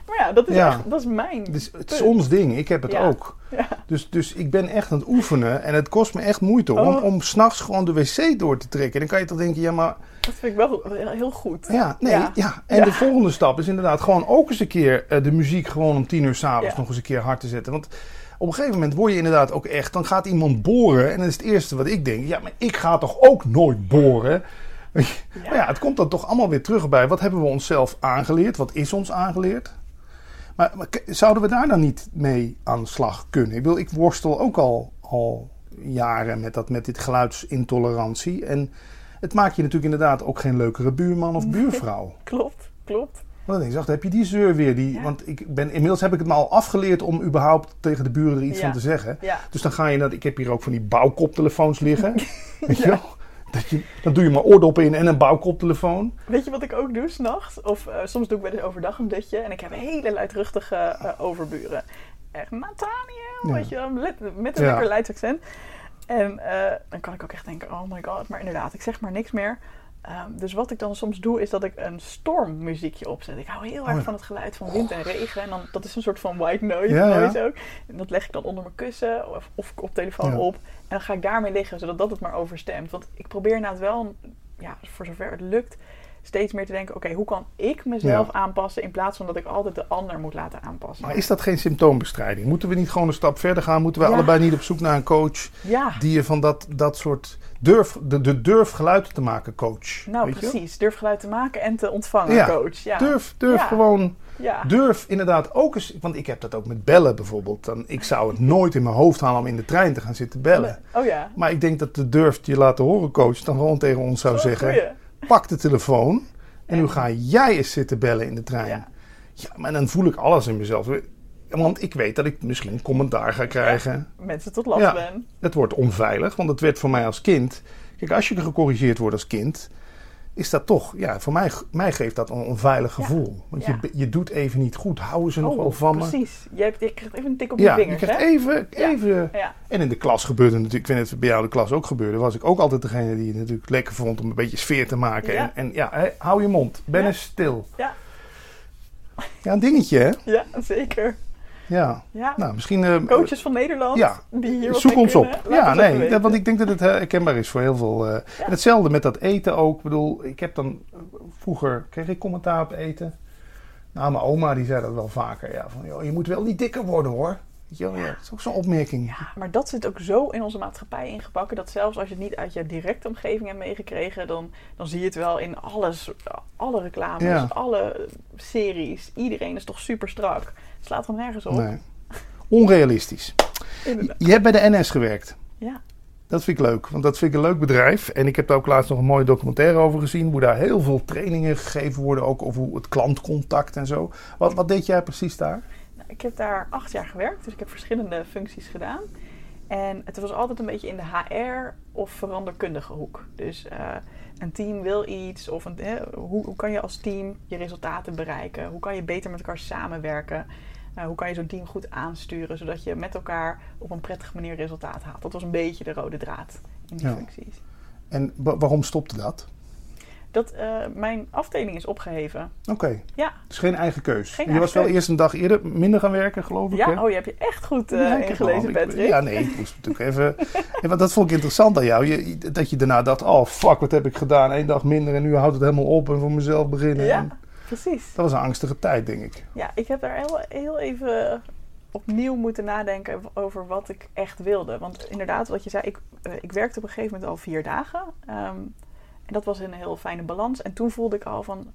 Maar ja, dat is echt, dat is mijn het is ons ding. Ik heb het ook. Ja. Dus ik ben echt aan het oefenen. En het kost me echt moeite om 's nachts gewoon de wc door te trekken. En dan kan je toch denken, ja maar... Dat vind ik wel heel goed. Ja. En de volgende stap is inderdaad gewoon ook eens een keer de muziek gewoon om 10:00 s'avonds nog eens een keer hard te zetten. Want op een gegeven moment word je inderdaad ook echt... Dan gaat iemand boren en dan is het eerste wat ik denk... Ja, maar ik ga toch ook nooit boren? Maar ja, het komt dan toch allemaal weer terug bij. Wat hebben we onszelf aangeleerd? Wat is ons aangeleerd? Maar zouden we daar dan niet mee aan de slag kunnen? Ik worstel ook al jaren met dit geluidsintolerantie. En het maakt je natuurlijk inderdaad ook geen leukere buurman of buurvrouw. Klopt. Want dan denk ik, heb je die zeur weer? Want inmiddels heb ik het me al afgeleerd om überhaupt tegen de buren er iets van te zeggen. Ja. Dus dan ga je ik heb hier ook van die bouwkoptelefoons liggen. Weet je wel? Dan doe je maar oordoppen in en een bouwkoptelefoon. Weet je wat ik ook doe 's nachts? Of soms doe ik wel eens overdag een dutje. En ik heb hele luidruchtige overburen. Echt, Nathaniel, weet je wel, met een lekker Leids accent. En dan kan ik ook echt denken, oh my god. Maar inderdaad, ik zeg maar niks meer. Dus wat ik dan soms doe, is dat ik een stormmuziekje opzet. Ik hou heel erg van het geluid van wind en regen. En dan, dat is een soort van white noise ook. En dat leg ik dan onder mijn kussen of koptelefoon op. En dan ga ik daarmee liggen, zodat dat het maar overstemt. Want ik probeer inderdaad wel, voor zover het lukt, steeds meer te denken, oké, hoe kan ik mezelf aanpassen in plaats van dat ik altijd de ander moet laten aanpassen. Maar is dat geen symptoombestrijding? Moeten we niet gewoon een stap verder gaan? Moeten we allebei niet op zoek naar een coach die je van dat soort durf geluid te maken coach? Nou, precies. Durf geluid te maken en te ontvangen coach. Ja. Durf gewoon. Ja. Durf inderdaad ook eens, want ik heb dat ook met bellen bijvoorbeeld. Ik zou het nooit in mijn hoofd halen om in de trein te gaan zitten bellen. Oh ja. Maar ik denk dat de durft je laten horen coach dan gewoon tegen ons zou zeggen... Pak de telefoon en nu ga jij eens zitten bellen in de trein. Ja, maar dan voel ik alles in mezelf. Want ik weet dat ik misschien commentaar ga krijgen. Mensen tot last ben. Het wordt onveilig, want het werd voor mij als kind... Kijk, als je gecorrigeerd wordt als kind... is dat toch... Ja, voor mij geeft dat een onveilig gevoel. Want je doet even niet goed. Houden ze nog wel van me? Precies. Je krijgt even een tik op je vingers. Je krijgt even... Ja. En in de klas gebeurde natuurlijk... Ik weet niet of het bij jou in de klas ook gebeurde. Was ik ook altijd degene die het natuurlijk lekker vond... om een beetje sfeer te maken. Ja. En hou je mond. Ben eens stil. Ja, een dingetje, hè? Ja, zeker. Ja. Nou, misschien... coaches van Nederland die hier zoek ons op. Want ik denk dat het herkenbaar is voor heel veel. En hetzelfde met dat eten ook. Ik bedoel, ik heb dan... Vroeger kreeg ik commentaar op eten. Nou, mijn oma die zei dat wel vaker. Ja, van, joh, je moet wel niet dikker worden, hoor. Dat is ook zo'n opmerking. Ja, maar dat zit ook zo in onze maatschappij ingebakken... dat zelfs als je het niet uit je directe omgeving hebt meegekregen... dan zie je het wel in alles. Alle reclames, alle series. Iedereen is toch super strak. Het slaat gewoon nergens op. Nee. Onrealistisch. Je hebt bij de NS gewerkt. Ja. Dat vind ik leuk, want dat vind ik een leuk bedrijf. En ik heb daar ook laatst nog een mooie documentaire over gezien... hoe daar heel veel trainingen gegeven worden... ook over het klantcontact en zo. Wat deed jij precies daar? Ik heb daar 8 jaar gewerkt, dus ik heb verschillende functies gedaan. En het was altijd een beetje in de HR of veranderkundige hoek. Dus een team wil iets, of hoe kan je als team je resultaten bereiken? Hoe kan je beter met elkaar samenwerken? Hoe kan je zo'n team goed aansturen, zodat je met elkaar op een prettige manier resultaat haalt? Dat was een beetje de rode draad in die functies. En waarom stopte dat? Dat mijn afdeling is opgeheven. Oké. Ja. Dus geen eigen keus. Je was wel eerst een dag eerder minder gaan werken, geloof ik. Ja, hè? Je hebt je echt goed ingelezen, Patrick. Ja, nee, ik moest natuurlijk even... want dat vond ik interessant aan jou. Dat je daarna dacht, oh fuck, wat heb ik gedaan? 1 dag minder en nu houdt het helemaal op en voor mezelf beginnen. Ja, precies. Dat was een angstige tijd, denk ik. Ja, ik heb daar heel even opnieuw moeten nadenken over wat ik echt wilde. Want inderdaad, wat je zei, ik werkte op een gegeven moment al 4 dagen... En dat was een heel fijne balans. En toen voelde ik al van,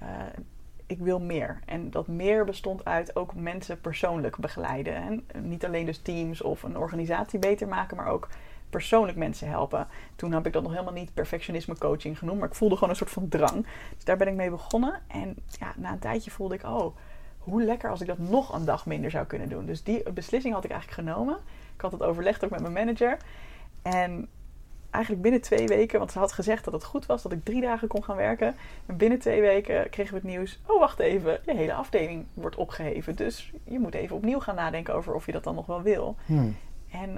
ik wil meer. En dat meer bestond uit ook mensen persoonlijk begeleiden. En niet alleen dus teams of een organisatie beter maken, maar ook persoonlijk mensen helpen. Toen heb ik dat nog helemaal niet perfectionisme coaching genoemd, maar ik voelde gewoon een soort van drang. Dus daar ben ik mee begonnen. En na een tijdje voelde ik, hoe lekker als ik dat nog een dag minder zou kunnen doen. Dus die beslissing had ik eigenlijk genomen. Ik had het overlegd ook met mijn manager. En eigenlijk binnen 2 weken, want ze had gezegd dat het goed was dat ik 3 dagen kon gaan werken. En binnen 2 weken kregen we het nieuws, wacht even, je hele afdeling wordt opgeheven. Dus je moet even opnieuw gaan nadenken over of je dat dan nog wel wil. En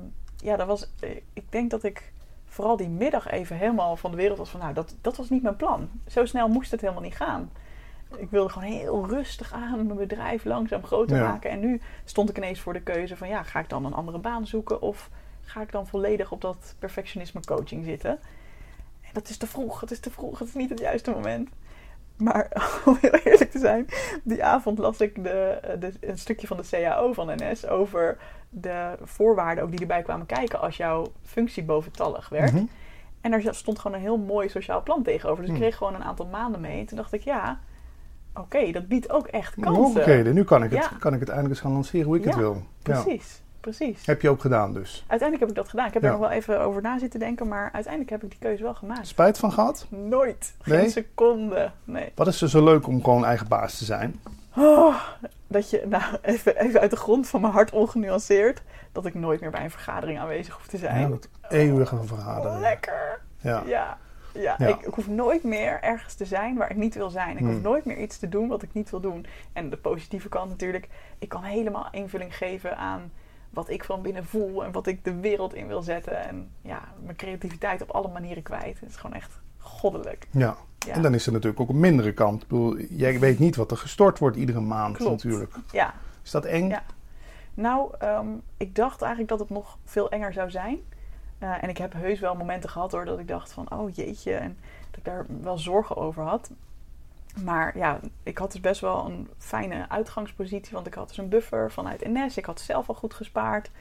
ik denk dat ik vooral die middag even helemaal van de wereld was van, dat was niet mijn plan. Zo snel moest het helemaal niet gaan. Ik wilde gewoon heel rustig aan mijn bedrijf langzaam groter maken. En nu stond ik ineens voor de keuze van ga ik dan een andere baan zoeken of ga ik dan volledig op dat perfectionisme coaching zitten? En dat is te vroeg, het is niet het juiste moment. Maar om heel eerlijk te zijn, die avond las ik een stukje van de CAO van NS over de voorwaarden ook die erbij kwamen kijken als jouw functie boventallig werd. Mm-hmm. En daar stond gewoon een heel mooi sociaal plan tegenover. Dus ik kreeg gewoon een aantal maanden mee. En toen dacht ik, oké, dat biedt ook echt kansen. Oké, nu kan ik het eindelijk eens gaan lanceren hoe ik het wil. Precies. Heb je ook gedaan dus? Uiteindelijk heb ik dat gedaan. Ik heb er nog wel even over na zitten denken, maar uiteindelijk heb ik die keuze wel gemaakt. Spijt van gehad? Nooit. Geen seconde. Nee. Wat is er zo leuk om gewoon eigen baas te zijn? Dat je, even uit de grond van mijn hart ongenuanceerd, dat ik nooit meer bij een vergadering aanwezig hoef te zijn. Ja, dat eeuwige vergadering. Lekker. Ja. Ik hoef nooit meer ergens te zijn waar ik niet wil zijn. Ik hoef nooit meer iets te doen wat ik niet wil doen. En de positieve kant natuurlijk, ik kan helemaal invulling geven aan wat ik van binnen voel en wat ik de wereld in wil zetten. En mijn creativiteit op alle manieren kwijt. Het is gewoon echt goddelijk. Ja. En dan is er natuurlijk ook een mindere kant. Ik bedoel, jij weet niet wat er gestort wordt iedere maand. Klopt. Natuurlijk. Ja. Is dat eng? Ja. Nou, ik dacht eigenlijk dat het nog veel enger zou zijn. En ik heb heus wel momenten gehad hoor, dat ik dacht van, oh jeetje. En dat ik daar wel zorgen over had. Maar ik had dus best wel een fijne uitgangspositie. Want ik had dus een buffer vanuit NS. Ik had zelf al goed gespaard.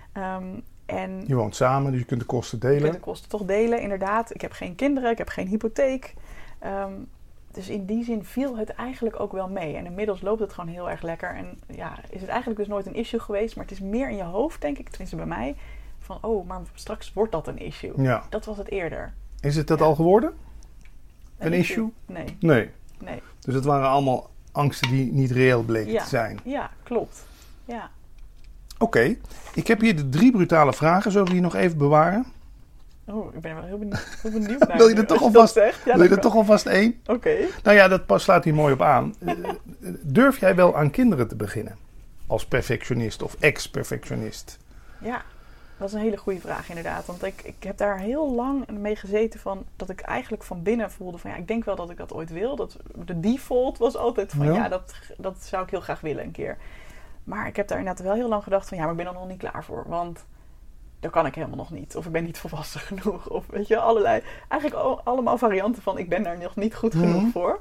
En je woont samen, dus je kunt de kosten delen. Je kunt de kosten toch delen, inderdaad. Ik heb geen kinderen, ik heb geen hypotheek. Dus in die zin viel het eigenlijk ook wel mee. En inmiddels loopt het gewoon heel erg lekker. En is het eigenlijk dus nooit een issue geweest. Maar het is meer in je hoofd, denk ik, tenminste bij mij. Van, maar straks wordt dat een issue. Ja. Dat was het eerder. Is het dat al geworden? Een issue? Nee. Dus het waren allemaal angsten die niet reëel bleken te zijn. Ja, klopt. Ja. Oké. Ik heb hier de 3 brutale vragen. Zullen we die nog even bewaren? Oh, ik ben wel heel benieuwd naar. Wil je er toch alvast? Wil je er toch alvast 1? Oké. Nou ja, dat slaat hier mooi op aan. Durf jij wel aan kinderen te beginnen? Als perfectionist of ex-perfectionist? Ja, dat is een hele goede vraag inderdaad. Want ik heb daar heel lang mee gezeten van dat ik eigenlijk van binnen voelde van ik denk wel dat ik dat ooit wil. De default was altijd van dat zou ik heel graag willen een keer. Maar ik heb daar inderdaad wel heel lang gedacht van maar ik ben er nog niet klaar voor. Want dat kan ik helemaal nog niet. Of ik ben niet volwassen genoeg. Of weet je, eigenlijk allemaal varianten van ik ben daar nog niet goed genoeg voor.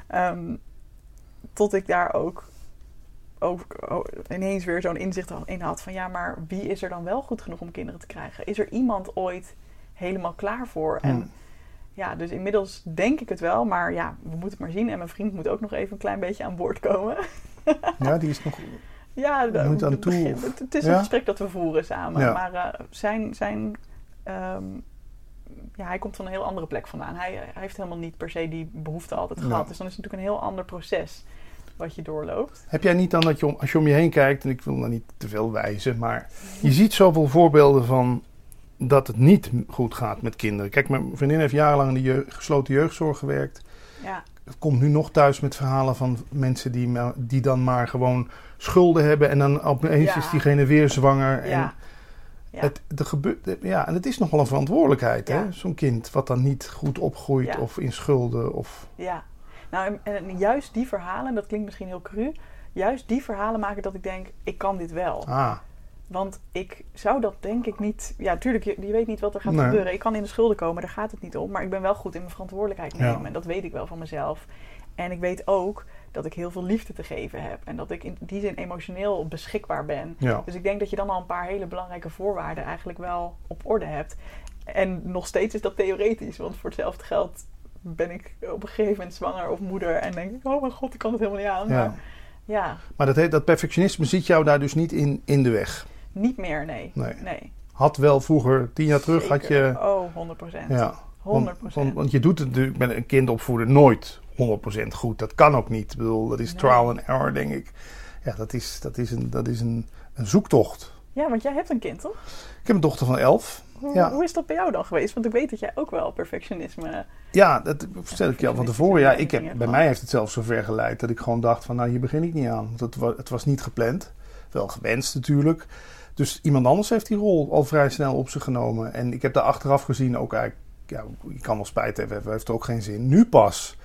Tot ik daar ook ineens weer zo'n inzicht in had van maar wie is er dan wel goed genoeg om kinderen te krijgen? Is er iemand ooit helemaal klaar voor? En dus inmiddels denk ik het wel, maar we moeten het maar zien. En mijn vriend moet ook nog even een klein beetje aan boord komen. Ja, die is nog... Ja, moet aan toe. Het is een gesprek dat we voeren samen. Ja. Maar hij komt van een heel andere plek vandaan. Hij heeft helemaal niet per se die behoefte altijd gehad. Dus dan is het natuurlijk een heel ander proces wat je doorloopt. Heb jij niet dan dat je, als je om je heen kijkt, en ik wil nou niet te veel wijzen, maar je ziet zoveel voorbeelden van dat het niet goed gaat met kinderen. Kijk, mijn vriendin heeft jarenlang in de gesloten jeugdzorg gewerkt. Ja. Het komt nu nog thuis met verhalen van mensen die dan maar gewoon schulden hebben en dan opeens is diegene weer zwanger. Ja. En en het is nog wel een verantwoordelijkheid, hè? Zo'n kind wat dan niet goed opgroeit of in schulden. Ja, nou en juist die verhalen, dat klinkt misschien heel cru, juist die verhalen maken dat ik denk, ik kan dit wel. Want ik zou dat denk ik niet... Ja, tuurlijk, je weet niet wat er gaat gebeuren. Ik kan in de schulden komen, daar gaat het niet om. Maar ik ben wel goed in mijn verantwoordelijkheid nemen. Ja. En dat weet ik wel van mezelf. En ik weet ook dat ik heel veel liefde te geven heb. En dat ik in die zin emotioneel beschikbaar ben. Ja. Dus ik denk dat je dan al een paar hele belangrijke voorwaarden eigenlijk wel op orde hebt. En nog steeds is dat theoretisch. Want voor hetzelfde geld ben ik op een gegeven moment zwanger of moeder. En denk ik, oh mijn god, ik kan het helemaal niet aan. Ja. Maar dat perfectionisme zit jou daar dus niet in de weg? Niet meer, nee. Had wel vroeger, 10 jaar terug, had je... Oh, 100%. Ja. 100%. Want je doet het natuurlijk met een kind opvoeden nooit 100% goed. Dat kan ook niet. Ik bedoel, dat is trial and error, denk ik. Ja, dat is een zoektocht. Ja, want jij hebt een kind, toch? Ik heb een dochter van 11. Hoe is dat bij jou dan geweest? Want ik weet dat jij ook wel perfectionisme... Ja, dat vertel ik je al van tevoren. Ja, bij mij heeft het zelfs zover geleid dat ik gewoon dacht van, hier begin ik niet aan. Want het was niet gepland. Wel gewenst natuurlijk. Dus iemand anders heeft die rol al vrij snel op zich genomen. En ik heb daar achteraf gezien ook eigenlijk... Ja, je kan wel spijt hebben, heeft ook geen zin. Nu pas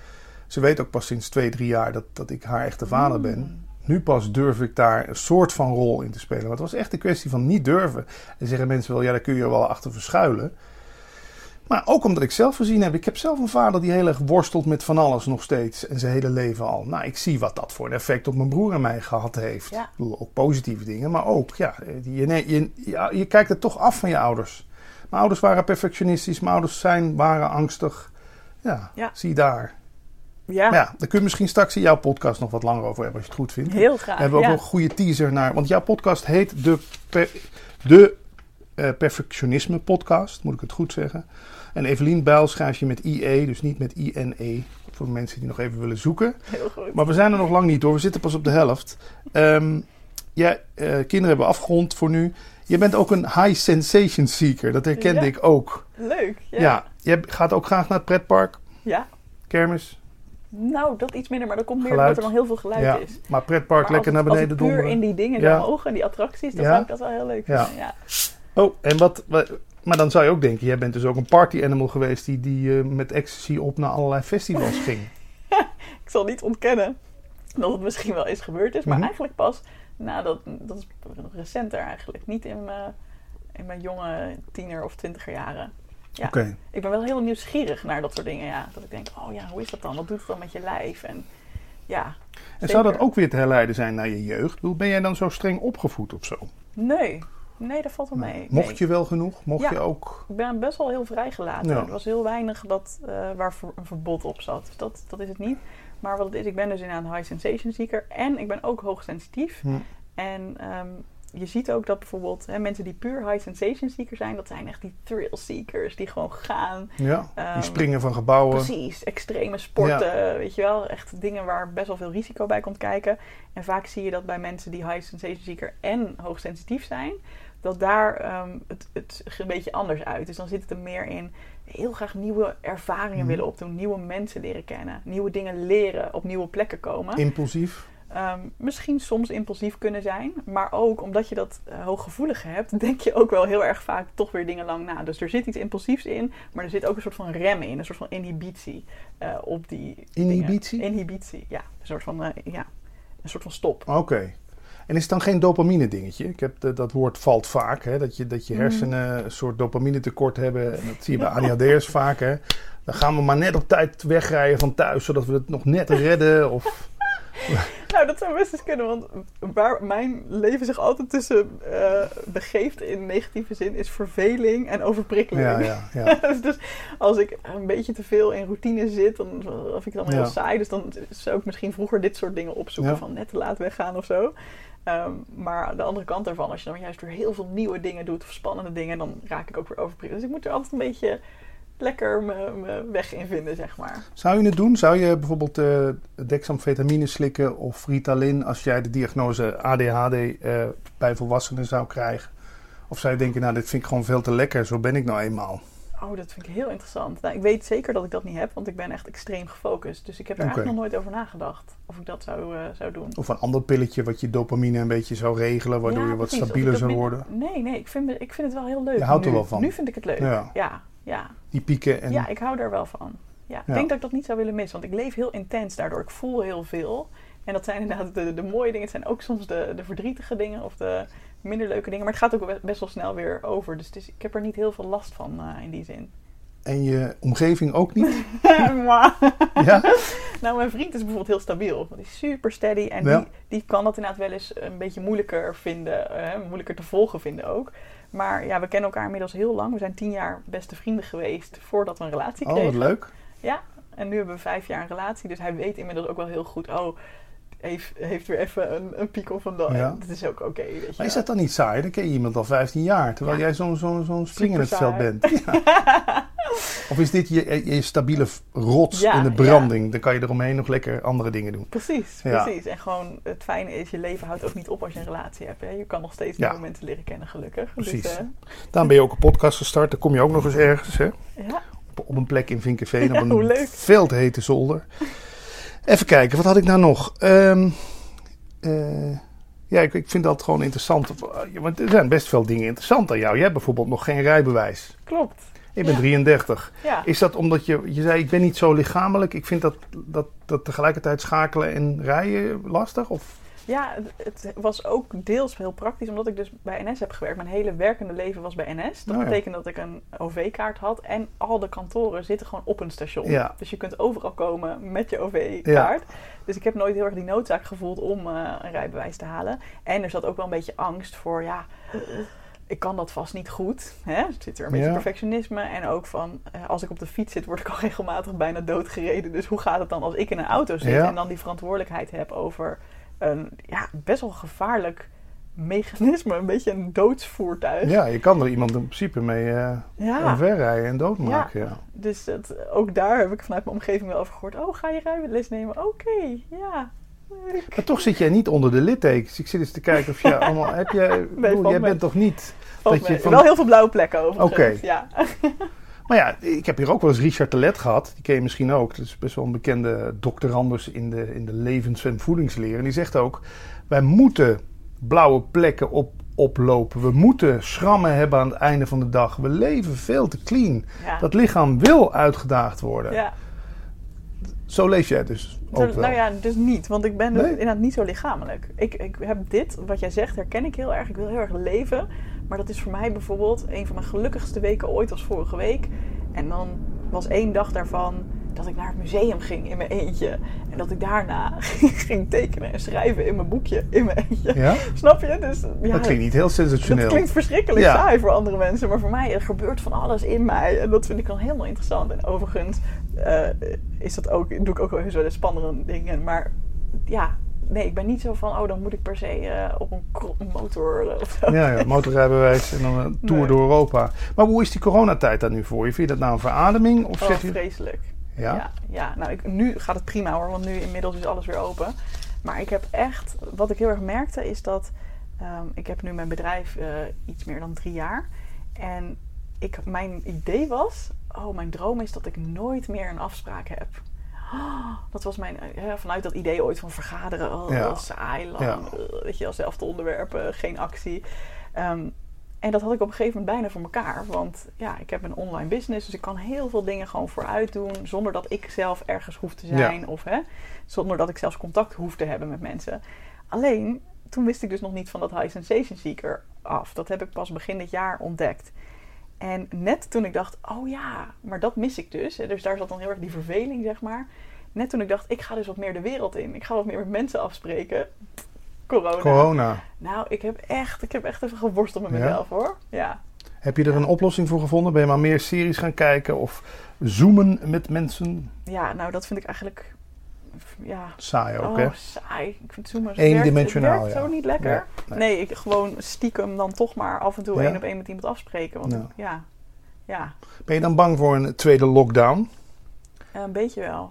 Ze weet ook pas sinds 2-3 jaar dat ik haar echte vader ben. Nu pas durf ik daar een soort van rol in te spelen. Maar het was echt een kwestie van niet durven. En zeggen mensen wel, ja, daar kun je wel achter verschuilen. Maar ook omdat ik zelf gezien heb. Ik heb zelf een vader die heel erg worstelt met van alles nog steeds. En zijn hele leven al. Nou, ik zie wat dat voor een effect op mijn broer en mij gehad heeft. Ja. Ik bedoel, ook positieve dingen. Maar ook, ja, je kijkt het toch af van je ouders. Mijn ouders waren perfectionistisch. Mijn ouders waren angstig. Ja, zie daar. Ja. Maar ja, daar kun je misschien straks in jouw podcast nog wat langer over hebben als je het goed vindt. Heel graag. We hebben ook nog een goede teaser naar. Want jouw podcast heet de Perfectionisme podcast, moet ik het goed zeggen. En Evelien Bijl schrijf je met IE, dus niet met INE. Voor mensen die nog even willen zoeken. Heel goed. Maar we zijn er nog lang niet hoor, we zitten pas op de helft. Kinderen hebben afgerond voor nu. Je bent ook een high sensation seeker, dat herkende ik ook. Leuk, ja. Ja, je gaat ook graag naar het pretpark? Ja. Kermis? Nou, dat iets minder, maar dat komt meer omdat er nog heel veel geluid is. Maar pretpark lekker naar beneden donderen. Als ik puur in die dingen zou mogen, die attracties, dan zou ik dat wel heel leuk vinden. Ja. Oh, en maar dan zou je ook denken, jij bent dus ook een party animal geweest die met ecstasy op naar allerlei festivals ging. Ik zal niet ontkennen dat het misschien wel eens gebeurd is, maar eigenlijk pas, dat is nog recenter eigenlijk. Niet in mijn jonge 10er of 20er jaren. Ja. Okay. Ik ben wel heel nieuwsgierig naar dat soort dingen, ja. Dat ik denk, hoe is dat dan? Wat doet het dan met je lijf? En zou dat ook weer te herleiden zijn naar je jeugd? Ben jij dan zo streng opgevoed of zo? Nee, dat valt wel mee. Mocht je wel genoeg? Mocht je ook? Ik ben best wel heel vrijgelaten. Ja. Er was heel weinig waar een verbod op zat. Dat is het niet. Maar wat het is, ik ben dus inderdaad een high sensation seeker. En ik ben ook hoogsensitief. En je ziet ook dat bijvoorbeeld mensen die puur high sensation seeker zijn, dat zijn echt die thrill seekers die gewoon gaan. Ja, die springen van gebouwen. Precies, extreme sporten, weet je wel. Echt dingen waar best wel veel risico bij komt kijken. En vaak zie je dat bij mensen die high sensation seeker en hoogsensitief zijn, dat daar het een beetje anders uit. Dus dan zit het er meer in heel graag nieuwe ervaringen willen opdoen, nieuwe mensen leren kennen, nieuwe dingen leren, op nieuwe plekken komen. Impulsief? Misschien soms impulsief kunnen zijn, maar ook omdat je dat hooggevoelige hebt, denk je ook wel heel erg vaak toch weer dingen lang na. Dus er zit iets impulsiefs in, maar er zit ook een soort van rem in, een soort van inhibitie op die Inhibitie? Dingen. Inhibitie, ja. Een soort van stop. Oké. En is het dan geen dopamine dingetje? Ik heb dat woord valt vaak, hè? Dat je hersenen een soort dopamine tekort hebben. En dat zie je bij ADHD'ers vaak, hè? Dan gaan we maar net op tijd wegrijden van thuis, zodat we het nog net redden, of... Nou, dat zou best eens kunnen, want waar mijn leven zich altijd tussen begeeft in negatieve zin is verveling en overprikkeling. Ja. Dus als ik een beetje te veel in routine zit, dan vind ik het allemaal heel saai. Dus dan zou ik misschien vroeger dit soort dingen opzoeken, van net te laat weggaan of zo. Maar de andere kant daarvan, als je dan juist weer heel veel nieuwe dingen doet of spannende dingen, dan raak ik ook weer overprikkeld. Dus ik moet er altijd een beetje lekker mijn weg in vinden, zeg maar. Zou je het doen? Zou je bijvoorbeeld dexamfetamine slikken of Ritalin als jij de diagnose ADHD bij volwassenen zou krijgen? Of zou je denken, nou, dit vind ik gewoon veel te lekker, zo ben ik nou eenmaal? Oh, dat vind ik heel interessant. Nou, ik weet zeker dat ik dat niet heb, want ik ben echt extreem gefocust. Dus ik heb er eigenlijk nog nooit over nagedacht of ik dat zou doen. Of een ander pilletje wat je dopamine een beetje zou regelen, waardoor je wat stabieler zou worden? Nee, ik vind het wel heel leuk. Je houdt er wel van? Nu vind ik het leuk, ja. Die pieken en... Ja, ik hou er wel van. Ja, ik denk dat ik dat niet zou willen missen, want ik leef heel intens daardoor. Ik voel heel veel. En dat zijn inderdaad de mooie dingen. Het zijn ook soms de verdrietige dingen of de minder leuke dingen. Maar het gaat ook best wel snel weer over. Dus ik heb er niet heel veel last van in die zin. En je omgeving ook niet? Ja? Nou, mijn vriend is bijvoorbeeld heel stabiel. Die is super steady. En die kan dat inderdaad wel eens een beetje moeilijker vinden. Moeilijker te volgen vinden ook. Maar ja, we kennen elkaar inmiddels heel lang. We zijn 10 jaar beste vrienden geweest voordat we een relatie kregen. Oh, wat leuk. Ja, en nu hebben we 5 jaar een relatie. Dus hij weet inmiddels ook wel heel goed... heeft weer even een piek of een dag. Ja. Dat is ook oké. Maar is dat dan niet saai? Dan ken je iemand al 15 jaar. Terwijl jij zo'n spring in het veld bent. Ja. Of is dit je stabiele rots in de branding? Ja. Dan kan je eromheen nog lekker andere dingen doen. Precies. En gewoon het fijne is, je leven houdt ook niet op als je een relatie hebt. Hè? Je kan nog steeds nieuwe mensen leren kennen, gelukkig. Precies. Dus, daarom ben je ook een podcast gestart. Dan kom je ook nog eens ergens. Hè? Ja. Op een plek in Vinkeveen. Op een veel te hete zolder. Even kijken, wat had ik nou nog? Ik vind dat gewoon interessant. Want er zijn best veel dingen interessant aan jou. Je hebt bijvoorbeeld nog geen rijbewijs. Klopt. Ik ben 33. Ja. Is dat omdat je zei, ik ben niet zo lichamelijk. Ik vind dat tegelijkertijd schakelen en rijden lastig? Of? Ja, het was ook deels heel praktisch, omdat ik dus bij NS heb gewerkt. Mijn hele werkende leven was bij NS. Dat betekent dat ik een OV-kaart had en al de kantoren zitten gewoon op een station. Ja. Dus je kunt overal komen met je OV-kaart. Ja. Dus ik heb nooit heel erg die noodzaak gevoeld om een rijbewijs te halen. En er zat ook wel een beetje angst voor, ik kan dat vast niet goed. Hè? Er zit er een beetje perfectionisme. En ook van, als ik op de fiets zit, word ik al regelmatig bijna doodgereden. Dus hoe gaat het dan als ik in een auto zit en dan die verantwoordelijkheid heb over een best wel gevaarlijk mechanisme. Een beetje een doodsvoertuig. Ja, je kan er iemand in principe mee omverrijden en doodmaken. Ja. Dus ook daar heb ik vanuit mijn omgeving wel over gehoord. Oh, ga je rijles nemen? Oké, ja. Maar toch zit jij niet onder de littekens. Ik zit eens te kijken of je allemaal... jij bent toch niet... Wel heel veel blauwe plekken overigens. Oké. Ja. Maar ja, ik heb hier ook wel eens Richard de Let gehad. Die ken je misschien ook. Dat is best wel een bekende doctorandus in de levens- en voedingsleer. En die zegt ook, wij moeten blauwe plekken oplopen. We moeten schrammen hebben aan het einde van de dag. We leven veel te clean. Ja. Dat lichaam wil uitgedaagd worden. Ja. Zo leef jij dus ook wel. Nou ja, dus niet. Want ik ben inderdaad niet zo lichamelijk. Ik heb dit, wat jij zegt, herken ik heel erg. Ik wil heel erg leven. Maar dat is voor mij bijvoorbeeld een van mijn gelukkigste weken ooit als vorige week. En dan was 1 dag daarvan dat ik naar het museum ging in mijn eentje. En dat ik daarna ging tekenen en schrijven in mijn boekje in mijn eentje. Ja? Snap je? Dus, dat klinkt niet heel sensationeel. Dat klinkt verschrikkelijk saai voor andere mensen. Maar voor mij, er gebeurt van alles in mij. En dat vind ik dan helemaal interessant. En overigens is dat ook, doe ik ook wel zo de spannende dingen. Maar nee, ik ben niet zo van, dan moet ik per se op een motor of zo. Ja, motorrijbewijs en dan een tour door Europa. Maar hoe is die coronatijd dan nu voor je? Vind je dat nou een verademing? Of vreselijk. Ja. Nou, nu gaat het prima hoor, want nu inmiddels is alles weer open. Maar ik heb echt, wat ik heel erg merkte is dat, ik heb nu mijn bedrijf iets meer dan 3 jaar. En mijn idee was, mijn droom is dat ik nooit meer een afspraak heb. Dat was vanuit dat idee ooit van vergaderen. Saai, lang, weet je, zelfde onderwerpen, geen actie. En dat had ik op een gegeven moment bijna voor elkaar. Want ik heb een online business, dus ik kan heel veel dingen gewoon vooruit doen. Zonder dat ik zelf ergens hoef te zijn. Of zonder dat ik zelfs contact hoef te hebben met mensen. Alleen, toen wist ik dus nog niet van dat High Sensation Seeker af. Dat heb ik pas begin dit jaar ontdekt. En net toen ik dacht, maar dat mis ik dus. Dus daar zat dan heel erg die verveling, zeg maar. Net toen ik dacht, ik ga dus wat meer de wereld in. Ik ga wat meer met mensen afspreken. Corona. Nou, ik heb echt even geworsteld met mezelf, hoor. Ja. Heb je er een oplossing voor gevonden? Ben je maar meer series gaan kijken of zoomen met mensen? Ja, nou, dat vind ik eigenlijk... Saai ook, hè? Saai. Ik vind zoomen... Eendimensionaal, het werkt zo niet lekker. Nee, ik gewoon stiekem dan toch maar af en toe 1-op-1 met iemand afspreken. Want Ben je dan bang voor een tweede lockdown? Een beetje wel.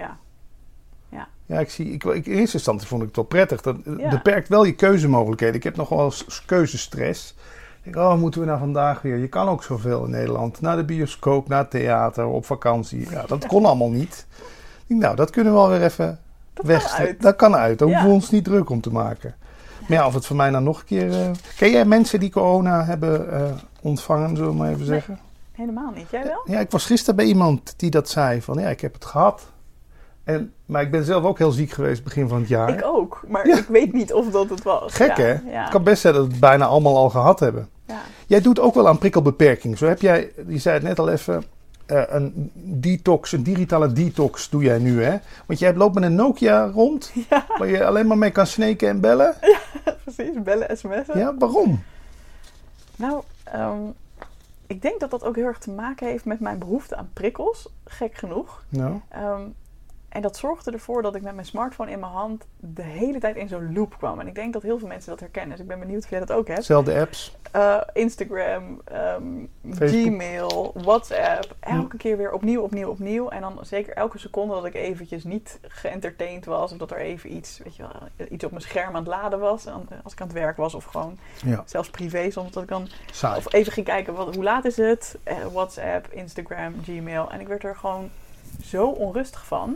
Ja, in eerste instantie vond ik het wel prettig. Dat beperkt wel je keuzemogelijkheden. Ik heb nog wel eens keuzestress. Ik denk, moeten we nou vandaag weer? Je kan ook zoveel in Nederland. Naar de bioscoop, naar het theater, op vakantie. Ja, dat kon allemaal niet. Ik denk, dat kunnen we alweer even weg. Dat kan uit. Daar hoeven we ons niet druk om te maken. Maar of het voor mij nou nog een keer... Ken jij mensen die corona hebben ontvangen, zullen we maar even zeggen? Helemaal niet. Jij wel? Ja, ik was gisteren bij iemand die dat zei. Van ik heb het gehad. Maar ik ben zelf ook heel ziek geweest begin van het jaar. Ik ook, maar ik weet niet of dat het was. Gek, hè? Ja. Het kan best zijn dat we het bijna allemaal al gehad hebben. Ja. Jij doet ook wel aan prikkelbeperking. Zo heb jij, je zei het net al even, een digitale detox doe jij nu, hè? Want jij loopt met een Nokia rond, waar je alleen maar mee kan sneken en bellen. Ja, precies. Bellen, sms'en. Ja, waarom? Nou, ik denk dat dat ook heel erg te maken heeft met mijn behoefte aan prikkels. Gek genoeg. Nou. En dat zorgde ervoor dat ik met mijn smartphone in mijn hand de hele tijd in zo'n loop kwam. En ik denk dat heel veel mensen dat herkennen. Dus ik ben benieuwd of jij dat ook hebt. Zelfde apps? Instagram, Gmail, WhatsApp. Elke keer weer opnieuw. En dan zeker elke seconde dat ik eventjes niet geëntertained was. Of dat er even iets op mijn scherm aan het laden was. Als ik aan het werk was. Of gewoon zelfs privé. Soms dat ik dan of even ging kijken, hoe laat is het? WhatsApp, Instagram, Gmail. En ik werd er gewoon zo onrustig van.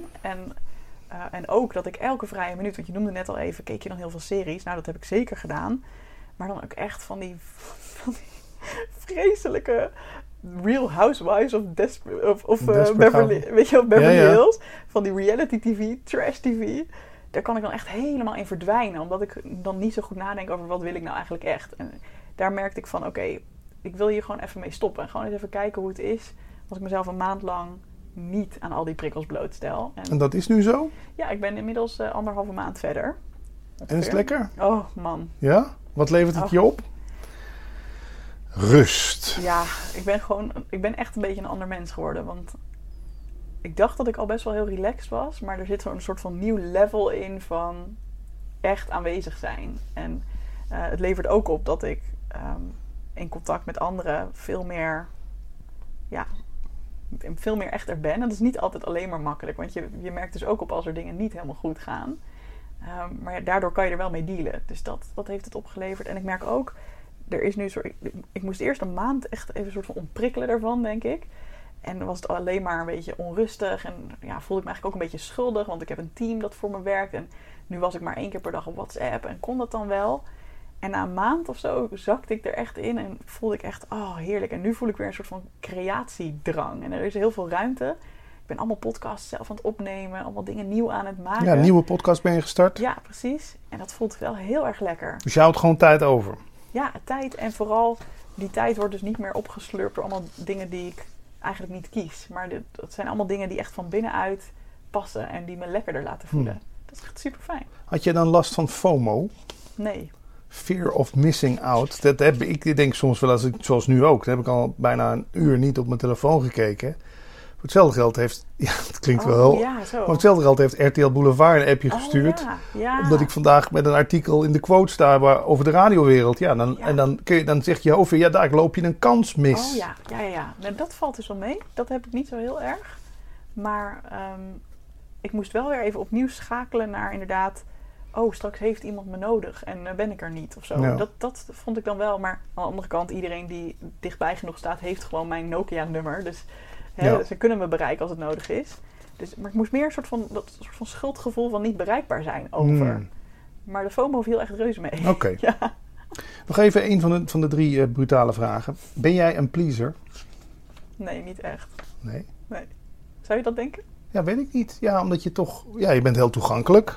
En ook dat ik elke vrije minuut, want je noemde net al even, keek je dan heel veel series. Nou, dat heb ik zeker gedaan. Maar dan ook echt van die vreselijke Real Housewives of Desperate Beverly, weet je wel, Beverly Ja. Hills. Van die reality tv, trash tv. Daar kan ik dan echt helemaal in verdwijnen. Omdat ik dan niet zo goed nadenk over wat wil ik nou eigenlijk echt. En daar merkte ik van, oké, ik wil hier gewoon even mee stoppen. En gewoon eens even kijken hoe het is als ik mezelf een maand lang niet aan al die prikkels blootstel. En dat is nu zo? Ja, ik ben inmiddels 1,5 maand verder. En is het lekker? Oh, man. Ja? Wat levert het je op? Rust. Ja, ik ben echt een beetje een ander mens geworden. Want ik dacht dat ik al best wel heel relaxed was. Maar er zit zo'n soort van nieuw level in van echt aanwezig zijn. En het levert ook op dat ik in contact met anderen veel meer echt er ben. En dat is niet altijd alleen maar makkelijk. Want je merkt dus ook op als er dingen niet helemaal goed gaan. Maar daardoor kan je er wel mee dealen. Dus dat heeft het opgeleverd. En ik merk ook, er is nu ik moest eerst een maand echt even een soort van ontprikkelen daarvan, denk ik. En dan was het alleen maar een beetje onrustig. En ja, voelde ik me eigenlijk ook een beetje schuldig. Want ik heb een team dat voor me werkt. En nu was ik maar 1 keer per dag op WhatsApp. En kon dat dan wel. En na een maand of zo zakte ik er echt in. En voelde ik echt, oh heerlijk. En nu voel ik weer een soort van creatiedrang. En er is heel veel ruimte. Ik ben allemaal podcasts zelf aan het opnemen. Allemaal dingen nieuw aan het maken. Ja, een nieuwe podcast ben je gestart. Ja, precies. En dat voelt wel heel erg lekker. Dus je houdt gewoon tijd over. Ja, tijd. En vooral, die tijd wordt dus niet meer opgeslurpt door allemaal dingen die ik eigenlijk niet kies. Maar dat zijn allemaal dingen die echt van binnenuit passen. En die me lekkerder laten voelen. Dat is echt super fijn. Had je dan last van FOMO? Nee. Fear of missing out. Dat heb ik denk soms wel, zoals nu ook. Dan heb ik al bijna een uur niet op mijn telefoon gekeken. Voor hetzelfde geld heeft... Ja, het klinkt wel heel... Ja, zo. Voor hetzelfde geld heeft RTL Boulevard een appje gestuurd. Ja. Omdat ik vandaag met een artikel in de quote sta over de radiowereld. Ja, en dan zegt je hoofd weer, ja, daar loop je een kans mis. Oh ja. Nou, dat valt dus wel mee. Dat heb ik niet zo heel erg. Maar ik moest wel weer even opnieuw schakelen naar inderdaad... Oh, straks heeft iemand me nodig en ben ik er niet of zo. Ja. Dat vond ik dan wel. Maar aan de andere kant, iedereen die dichtbij genoeg staat... heeft gewoon mijn Nokia-nummer. Dus ze kunnen me bereiken als het nodig is. Maar ik moest meer dat soort van schuldgevoel van niet bereikbaar zijn over. Maar de FOMO viel echt reuze mee. Oké. Ja. Nog even een van de 3 brutale vragen. Ben jij een pleaser? Nee, niet echt. Nee. Zou je dat denken? Ja, weet ik niet. Ja, omdat je toch... Ja, je bent heel toegankelijk.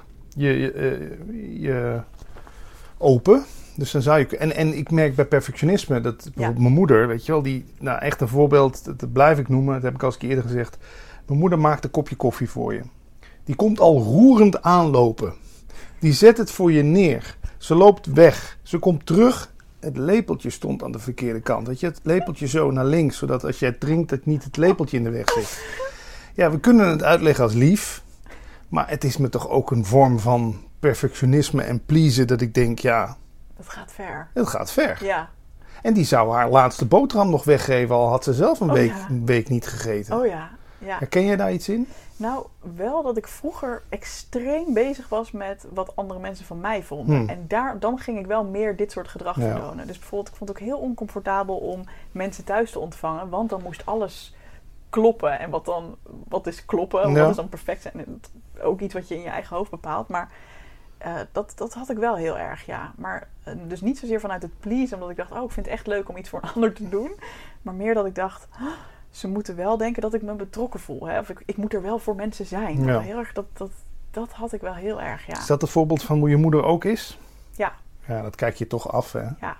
Je open. Dus dan zou je... En ik merk bij perfectionisme dat bijvoorbeeld mijn moeder, weet je wel, die... Nou, echt een voorbeeld, dat blijf ik noemen. Dat heb ik al eens eerder gezegd. Mijn moeder maakt een kopje koffie voor je. Die komt al roerend aanlopen. Die zet het voor je neer. Ze loopt weg. Ze komt terug. Het lepeltje stond aan de verkeerde kant. Weet je, het lepeltje zo naar links, zodat als jij het drinkt, dat niet het lepeltje in de weg zit. Ja, we kunnen het uitleggen als lief. Maar het is me toch ook een vorm van perfectionisme en pleasen dat ik denk, ja... Dat gaat ver. Het gaat ver. Ja. En die zou haar laatste boterham nog weggeven, al had ze zelf een week niet gegeten. Oh ja. Herken jij daar iets in? Nou, wel dat ik vroeger extreem bezig was met wat andere mensen van mij vonden. En dan ging ik wel meer dit soort gedrag vertonen. Dus bijvoorbeeld, ik vond het ook heel oncomfortabel om mensen thuis te ontvangen. Want dan moest alles kloppen. En wat is kloppen? Wat is dan perfect zijn? Ook iets wat je in je eigen hoofd bepaalt. Maar dat had ik wel heel erg, ja. Maar dus niet zozeer vanuit het please, omdat ik dacht, ik vind het echt leuk om iets voor een ander te doen. Maar meer dat ik dacht, ze moeten wel denken dat ik me betrokken voel. Hè? Of ik moet er wel voor mensen zijn. Ja. Heel erg, dat had ik wel heel erg, ja. Is dat een voorbeeld van hoe je moeder ook is? Ja. Ja, dat kijk je toch af, hè? Ja.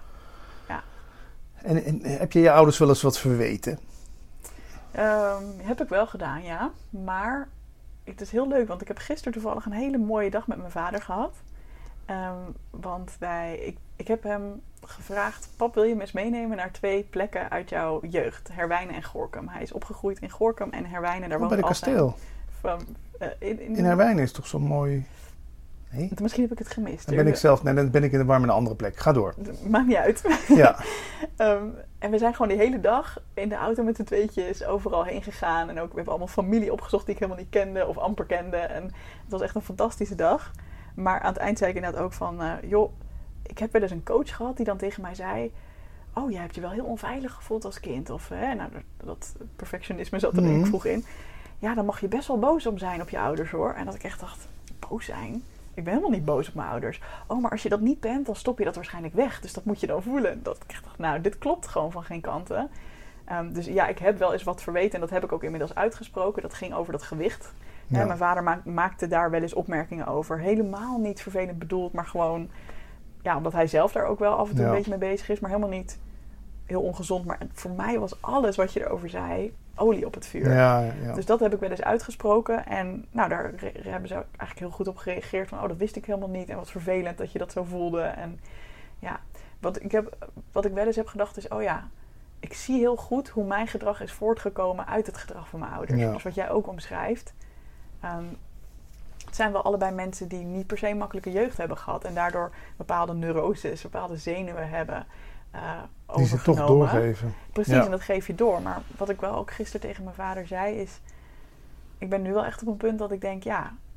En heb je je ouders wel eens wat verweten? Heb ik wel gedaan, ja. Maar het is heel leuk, want ik heb gisteren toevallig een hele mooie dag met mijn vader gehad. Want ik heb hem gevraagd, pap, wil je me eens meenemen naar 2 plekken uit jouw jeugd? Herwijnen en Gorinchem. Hij is opgegroeid in Gorinchem en Herwijnen. Daar woont bij de kasteel. In Herwijnen is toch zo mooi... Nee? Misschien heb ik het gemist. Dan ben ik in de war met een andere plek. Ga door. Maakt niet uit. Ja. En we zijn gewoon die hele dag in de auto met de tweetjes overal heen gegaan. En ook, we hebben allemaal familie opgezocht die ik helemaal niet kende of amper kende. En het was echt een fantastische dag. Maar aan het eind zei ik inderdaad ook van... ik heb wel eens een coach gehad die dan tegen mij zei... Oh, jij hebt je wel heel onveilig gevoeld als kind. Of dat perfectionisme zat er denk ik vroeg in. Ja, dan mag je best wel boos om zijn op je ouders, hoor. En dat ik echt dacht, boos zijn? Ik ben helemaal niet boos op mijn ouders. Oh, maar als je dat niet bent, dan stop je dat waarschijnlijk weg. Dus dat moet je dan voelen. Dat ik echt dacht, dit klopt gewoon van geen kanten. Dus ja, ik heb wel eens wat verweten en dat heb ik ook inmiddels uitgesproken. Dat ging over dat gewicht. Ja. Mijn vader maakte daar wel eens opmerkingen over. Helemaal niet vervelend bedoeld, maar gewoon... Ja, omdat hij zelf daar ook wel af en toe een beetje mee bezig is. Maar helemaal niet heel ongezond. Maar voor mij was alles wat je erover zei olie op het vuur. Ja. Dus dat heb ik wel eens uitgesproken. En nou, daar hebben ze eigenlijk heel goed op gereageerd. Van, dat wist ik helemaal niet. En wat vervelend dat je dat zo voelde. En ja, wat ik wel eens heb gedacht is... ik zie heel goed hoe mijn gedrag is voortgekomen uit het gedrag van mijn ouders. Ja. Dus wat jij ook omschrijft. Het zijn wel allebei mensen die niet per se een makkelijke jeugd hebben gehad. En daardoor bepaalde neuroses, bepaalde zenuwen hebben die ze toch doorgeven. Precies, en dat geef je door. Maar wat ik wel ook gisteren tegen mijn vader zei is... Ik ben nu wel echt op een punt dat ik denk,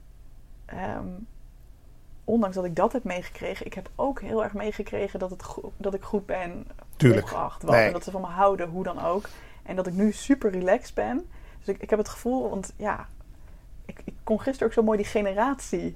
ondanks dat ik dat heb meegekregen... Ik heb ook heel erg meegekregen dat ik goed ben. Tuurlijk. Ongeacht wat. En dat ze van me houden, hoe dan ook. En dat ik nu super relaxed ben. Dus ik heb het gevoel, want ik kon gisteren ook zo mooi die generatie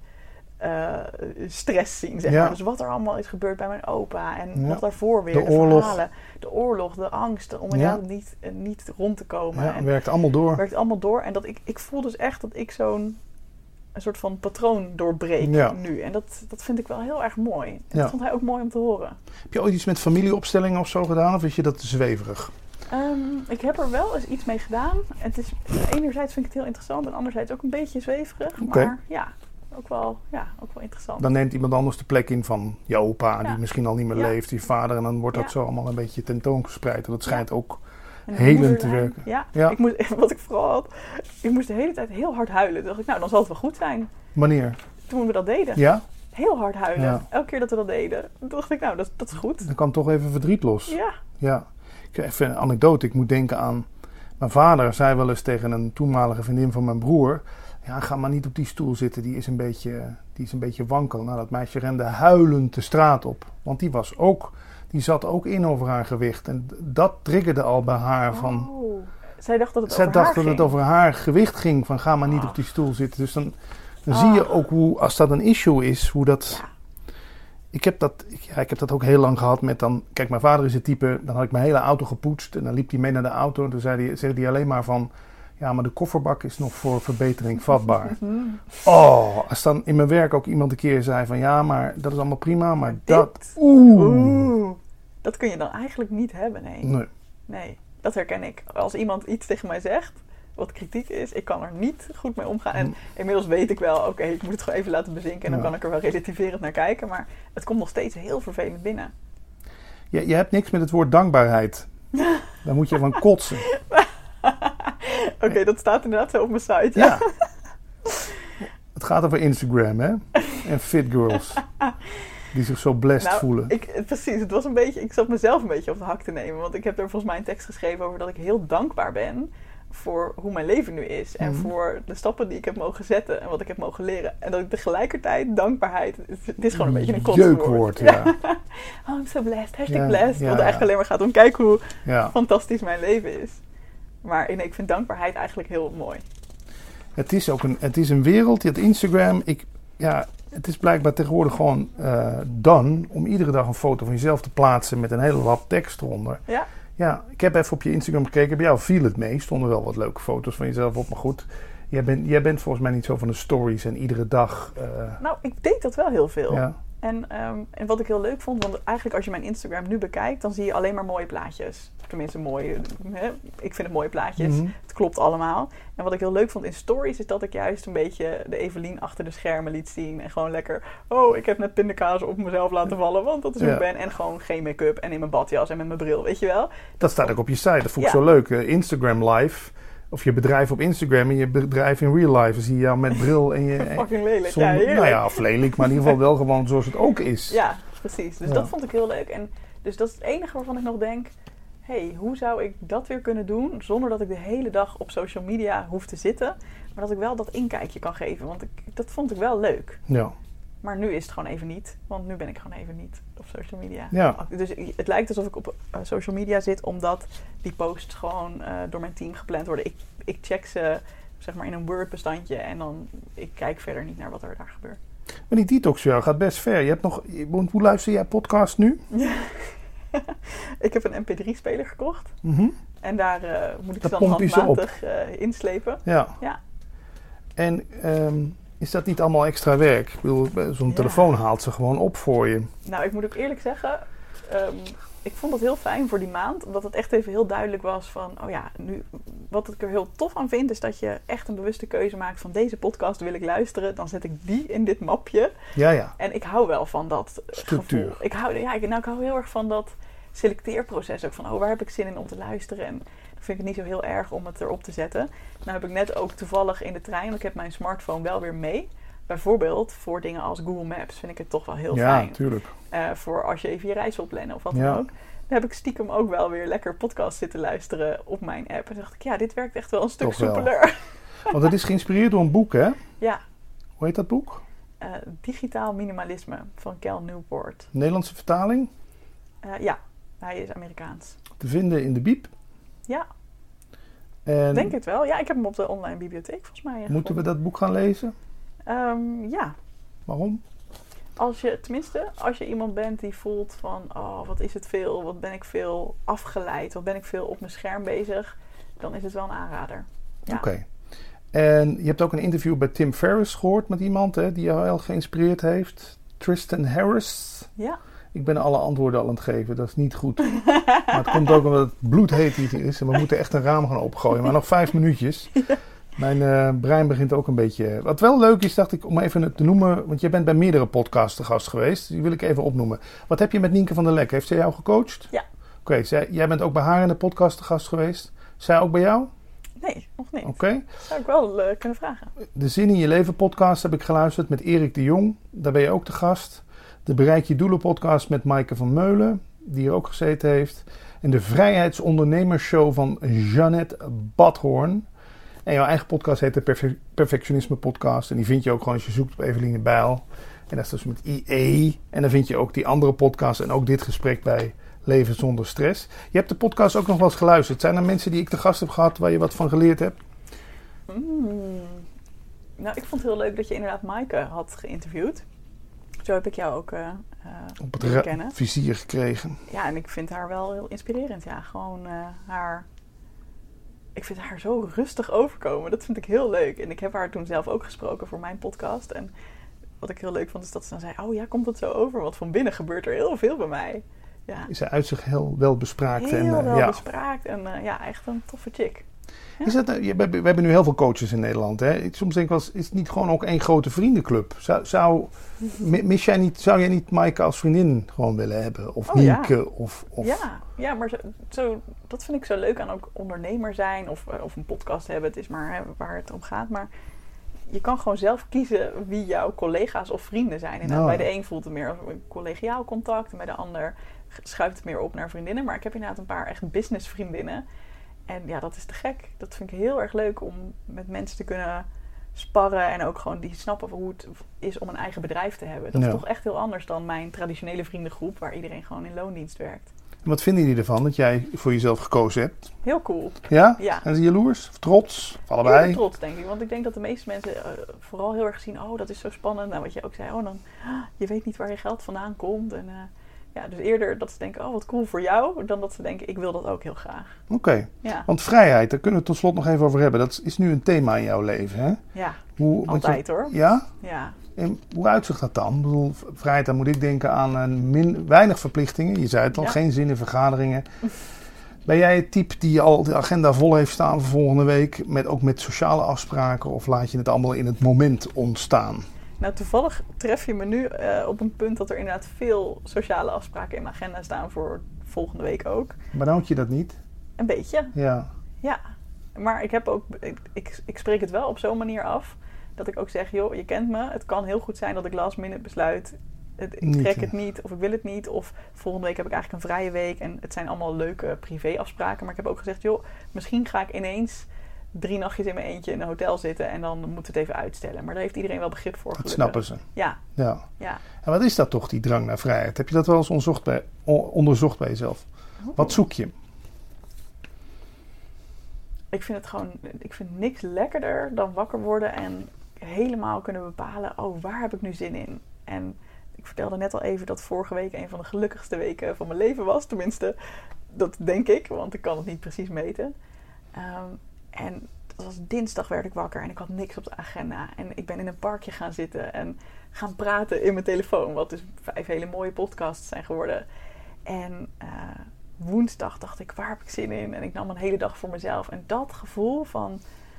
stress zien, zeg maar. Dus wat er allemaal is gebeurd bij mijn opa. En nog daarvoor weer. De oorlog. Verhalen. De oorlog, de angst. Om inderdaad niet rond te komen. Ja, en werkt allemaal door. En dat ik voel dus echt dat ik een soort van patroon doorbreek nu. En dat vind ik wel heel erg mooi. En dat vond hij ook mooi om te horen. Heb je ooit iets met familieopstellingen of zo gedaan? Of is je dat te zweverig? Ik heb er wel eens iets mee gedaan. Enerzijds vind ik het heel interessant en anderzijds ook een beetje zweverig. Okay. Maar ook wel interessant. Dan neemt iemand anders de plek in van je opa, die misschien al niet meer leeft, je vader. En dan wordt dat zo allemaal een beetje tentoongespreid. En dat schijnt ook helend te werken. Ja. Wat ik vooral had, ik moest de hele tijd heel hard huilen. Toen dacht ik, dan zal het wel goed zijn. Wanneer? Toen we dat deden. Ja? Heel hard huilen. Ja. Elke keer dat we dat deden. Toen dacht ik, dat is goed. Dan kan toch even verdriet los. Ja. Ik heb even een anekdote. Ik moet denken aan... Mijn vader zei wel eens tegen een toenmalige vriendin van mijn broer... Ja, ga maar niet op die stoel zitten. Die is een beetje wankel. Nou, dat meisje rende huilend de straat op. Want die zat ook in over haar gewicht. En dat triggerde al bij haar van... Zij dacht dat het over haar gewicht ging. Van ga maar niet op die stoel zitten. Dus dan zie je ook hoe, als dat een issue is, hoe dat... Ja. Ik heb dat ook heel lang gehad met dan... Kijk, mijn vader is het type... Dan had ik mijn hele auto gepoetst. En dan liep hij mee naar de auto. En toen zei hij alleen maar van... Ja, maar de kofferbak is nog voor verbetering vatbaar. Als dan in mijn werk ook iemand een keer zei van... Ja, maar dat is allemaal prima. Maar dat... Dat kun je dan eigenlijk niet hebben, Nee, dat herken ik. Als iemand iets tegen mij zegt... Wat kritiek is, ik kan er niet goed mee omgaan. En inmiddels weet ik wel, oké, ik moet het gewoon even laten bezinken. En dan kan ik er wel relativerend naar kijken. Maar het komt nog steeds heel vervelend binnen. Je hebt niks met het woord dankbaarheid. Daar moet je van kotsen. Oké, dat staat inderdaad zo op mijn site. Ja. Het gaat over Instagram, hè? En fit girls. Die zich zo blessed voelen. Precies, het was een beetje... Ik zat mezelf een beetje op de hak te nemen. Want ik heb er volgens mij een tekst geschreven over dat ik heel dankbaar ben... voor hoe mijn leven nu is. En voor de stappen die ik heb mogen zetten. En wat ik heb mogen leren. En dat ik tegelijkertijd dankbaarheid... Het is gewoon een beetje een jeukwoord, ja. Oh, I'm so blessed. Hashtag blessed. Wat eigenlijk alleen maar gaat om kijk hoe fantastisch mijn leven is. Maar ik vind dankbaarheid eigenlijk heel mooi. Het is een wereld. Het Instagram... Het is blijkbaar tegenwoordig gewoon done... om iedere dag een foto van jezelf te plaatsen... met een hele lap tekst eronder. Ja. Ja, ik heb even op je Instagram gekeken. Bij jou viel het mee. Stonden wel wat leuke foto's van jezelf op. Maar goed, jij bent volgens mij niet zo van de stories en iedere dag... Nou, ik deed dat wel heel veel. Ja. En wat ik heel leuk vond... Want eigenlijk als je mijn Instagram nu bekijkt... dan zie je alleen maar mooie plaatjes. Tenminste, mooie. Ik vind het mooie plaatjes. Mm-hmm. Het klopt allemaal. En wat ik heel leuk vond in stories... is dat ik juist een beetje de Evelien achter de schermen liet zien. En gewoon lekker... Oh, ik heb net pindakaas op mezelf laten vallen... want dat is hoe ik ben. En gewoon geen make-up en in mijn badjas en met mijn bril. Weet je wel? Dat staat ook op je site. Dat vond ik zo leuk. Instagram live... Of je bedrijf op Instagram en je bedrijf in real life. Dan zie je jou met bril en je... Fucking lelijk, of lelijk, maar in ieder geval wel gewoon zoals het ook is. Ja, precies. Dus dat vond ik heel leuk. En dus dat is het enige waarvan ik nog denk... hoe zou ik dat weer kunnen doen... zonder dat ik de hele dag op social media hoef te zitten... maar dat ik wel dat inkijkje kan geven. Want dat vond ik wel leuk. Ja. Maar nu is het gewoon even niet. Want nu ben ik gewoon even niet op social media. Ja. Dus het lijkt alsof ik op social media zit... omdat die posts gewoon door mijn team gepland worden. Ik check ze zeg maar in een Word-bestandje... en dan ik kijk verder niet naar wat er daar gebeurt. Maar die detox gaat best ver. Je hebt nog... Hoe luister jij podcast nu? Ik heb een MP3-speler gekocht. Mm-hmm. En daar moet ik dat ze dan handmatig inslepen. Ja. En is dat niet allemaal extra werk? Ik bedoel, zo'n telefoon haalt ze gewoon op voor je. Nou, ik moet ook eerlijk zeggen, ik vond het heel fijn voor die maand. Omdat het echt even heel duidelijk was van, wat ik er heel tof aan vind, is dat je echt een bewuste keuze maakt van deze podcast wil ik luisteren. Dan zet ik die in dit mapje. Ja. En ik hou wel van dat structuur. Gevoel. Ik hou heel erg van dat selecteerproces ook. Van, waar heb ik zin in om te luisteren? En dan vind ik het niet zo heel erg om het erop te zetten. Nou heb ik net ook toevallig in de trein, want ik heb mijn smartphone wel weer mee. Bijvoorbeeld voor dingen als Google Maps vind ik het toch wel heel fijn. Ja, tuurlijk. Voor als je even je reis wil plannen of wat dan ook. Dan heb ik stiekem ook wel weer lekker podcast zitten luisteren op mijn app. En dacht ik, dit werkt echt wel een stuk soepeler. Want het is geïnspireerd door een boek, hè? Ja. Hoe heet dat boek? Digitaal Minimalisme van Cal Newport. Nederlandse vertaling? Ja, hij is Amerikaans. Te vinden in de Biep? Ja. En denk het wel. Ja, ik heb hem op de online bibliotheek volgens mij. Moeten we dat boek gaan lezen? Ja. Waarom? Als je iemand bent die voelt van, wat is het veel, wat ben ik veel afgeleid, wat ben ik veel op mijn scherm bezig, dan is het wel een aanrader. Ja. Oké. En je hebt ook een interview bij Tim Ferriss gehoord met iemand die jou heel geïnspireerd heeft. Tristan Harris. Ja. Ik ben alle antwoorden al aan het geven, dat is niet goed. Maar het komt ook omdat het bloedheet hier is en we moeten echt een raam gaan opgooien. Maar nog 5 minuutjes. Ja. Mijn brein begint ook een beetje... Wat wel leuk is, dacht ik, om even te noemen... Want jij bent bij meerdere podcasts te gast geweest. Die wil ik even opnoemen. Wat heb je met Nienke van der Lek? Heeft zij jou gecoacht? Ja. Oké, jij bent ook bij haar in de podcast te gast geweest. Zij ook bij jou? Nee, nog niet. Oké. Zou ik wel kunnen vragen. De Zin in je Leven podcast heb ik geluisterd met Erik de Jong. Daar ben je ook te gast. De Bereik je Doelen podcast met Maaike van Meulen. Die hier ook gezeten heeft. En de Vrijheidsondernemersshow van Jeannette Badhoorn. En jouw eigen podcast heet de Perfectionisme podcast. En die vind je ook gewoon als je zoekt op Eveline Bijl. En dat is dus met IE. En dan vind je ook die andere podcast en ook dit gesprek bij Leven zonder Stress. Je hebt de podcast ook nog wel eens geluisterd. Zijn er mensen die ik te gast heb gehad waar je wat van geleerd hebt? Nou, ik vond het heel leuk dat je inderdaad Maaike had geïnterviewd. Zo heb ik jou ook op het vizier gekregen. Ja, en ik vind haar wel heel inspirerend. Ja, gewoon haar... Ik vind haar zo rustig overkomen. Dat vind ik heel leuk. En ik heb haar toen zelf ook gesproken voor mijn podcast. En wat ik heel leuk vond is dat ze dan zei... komt het zo over? Want van binnen gebeurt er heel veel bij mij. Ja. Is zij uit zich heel wel bespraakt. Heel wel bespraakt. En echt een toffe chick. Ja. Is dat, we hebben nu heel veel coaches in Nederland. Hè? Soms denk ik wel, is het niet gewoon ook één grote vriendenclub? Zou jij niet Maaike als vriendin gewoon willen hebben? Of Nienke? Ja. Of... Ja, maar dat vind ik zo leuk aan ook ondernemer zijn. Of een podcast hebben. Het is maar waar het om gaat. Maar je kan gewoon zelf kiezen wie jouw collega's of vrienden zijn. En bij de een voelt het meer als een collegiaal contact. En bij de ander schuift het meer op naar vriendinnen. Maar ik heb inderdaad een paar echt business vriendinnen. En ja, dat is te gek. Dat vind ik heel erg leuk om met mensen te kunnen sparren. En ook gewoon die snappen hoe het is om een eigen bedrijf te hebben. Dat is toch echt heel anders dan mijn traditionele vriendengroep. Waar iedereen gewoon in loondienst werkt. En wat vinden jullie ervan dat jij voor jezelf gekozen hebt? Heel cool. Ja? Ja. Zijn ze jaloers? Of trots? Of allebei? Heel trots, denk ik. Want ik denk dat de meeste mensen vooral heel erg zien... dat is zo spannend. Nou, wat je ook zei, je weet niet waar je geld vandaan komt. En dus eerder dat ze denken, wat cool voor jou... dan dat ze denken, ik wil dat ook heel graag. Oké. Ja. Want vrijheid, daar kunnen we het tot slot nog even over hebben. Dat is nu een thema in jouw leven, hè? Ja, altijd hoor. Ja? Ja. En hoe uitzicht dat dan? Ik bedoel, vrijheid, dan moet ik denken aan weinig verplichtingen. Je zei het al, geen zin in vergaderingen. Ben jij het type die al de agenda vol heeft staan voor volgende week... ook met sociale afspraken? Of laat je het allemaal in het moment ontstaan? Nou, toevallig tref je me nu op een punt dat er inderdaad veel sociale afspraken in mijn agenda staan voor volgende week ook. Benauwt je dat niet? Een beetje. Ja. Ja, maar ik spreek het wel op zo'n manier af dat ik ook zeg, joh, je kent me. Het kan heel goed zijn dat ik last minute besluit, ik trek het niet of ik wil het niet. Of volgende week heb ik eigenlijk een vrije week en het zijn allemaal leuke privéafspraken. Maar ik heb ook gezegd, joh, misschien ga ik ineens 3 nachtjes in mijn eentje in een hotel zitten en dan moeten we het even uitstellen. Maar daar heeft iedereen wel begrip voor. Dat snappen ze. Ja. En wat is dat toch, die drang naar vrijheid? Heb je dat wel eens onderzocht bij jezelf? Wat zoek je? Ik vind niks lekkerder dan wakker worden en helemaal kunnen bepalen, waar heb ik nu zin in? En ik vertelde net al even dat vorige week een van de gelukkigste weken van mijn leven was. Tenminste, Dat denk ik, want ik kan het niet precies meten. En dat was dinsdag werd ik wakker en ik had niks op de agenda. En ik ben in een parkje gaan zitten en gaan praten in mijn telefoon. Wat dus 5 hele mooie podcasts zijn geworden. En woensdag dacht ik, waar heb ik zin in? En ik nam een hele dag voor mezelf. En dat gevoel van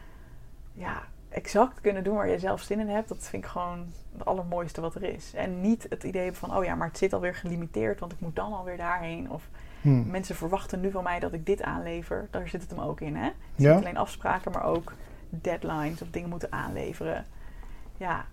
exact kunnen doen waar je zelf zin in hebt, dat vind ik gewoon het allermooiste wat er is. En niet het idee van, maar het zit alweer gelimiteerd, want ik moet dan alweer daarheen. Of mensen verwachten nu van mij dat ik dit aanlever. Daar zit het hem ook in, hè? Niet alleen afspraken, maar ook deadlines of dingen moeten aanleveren. Ja,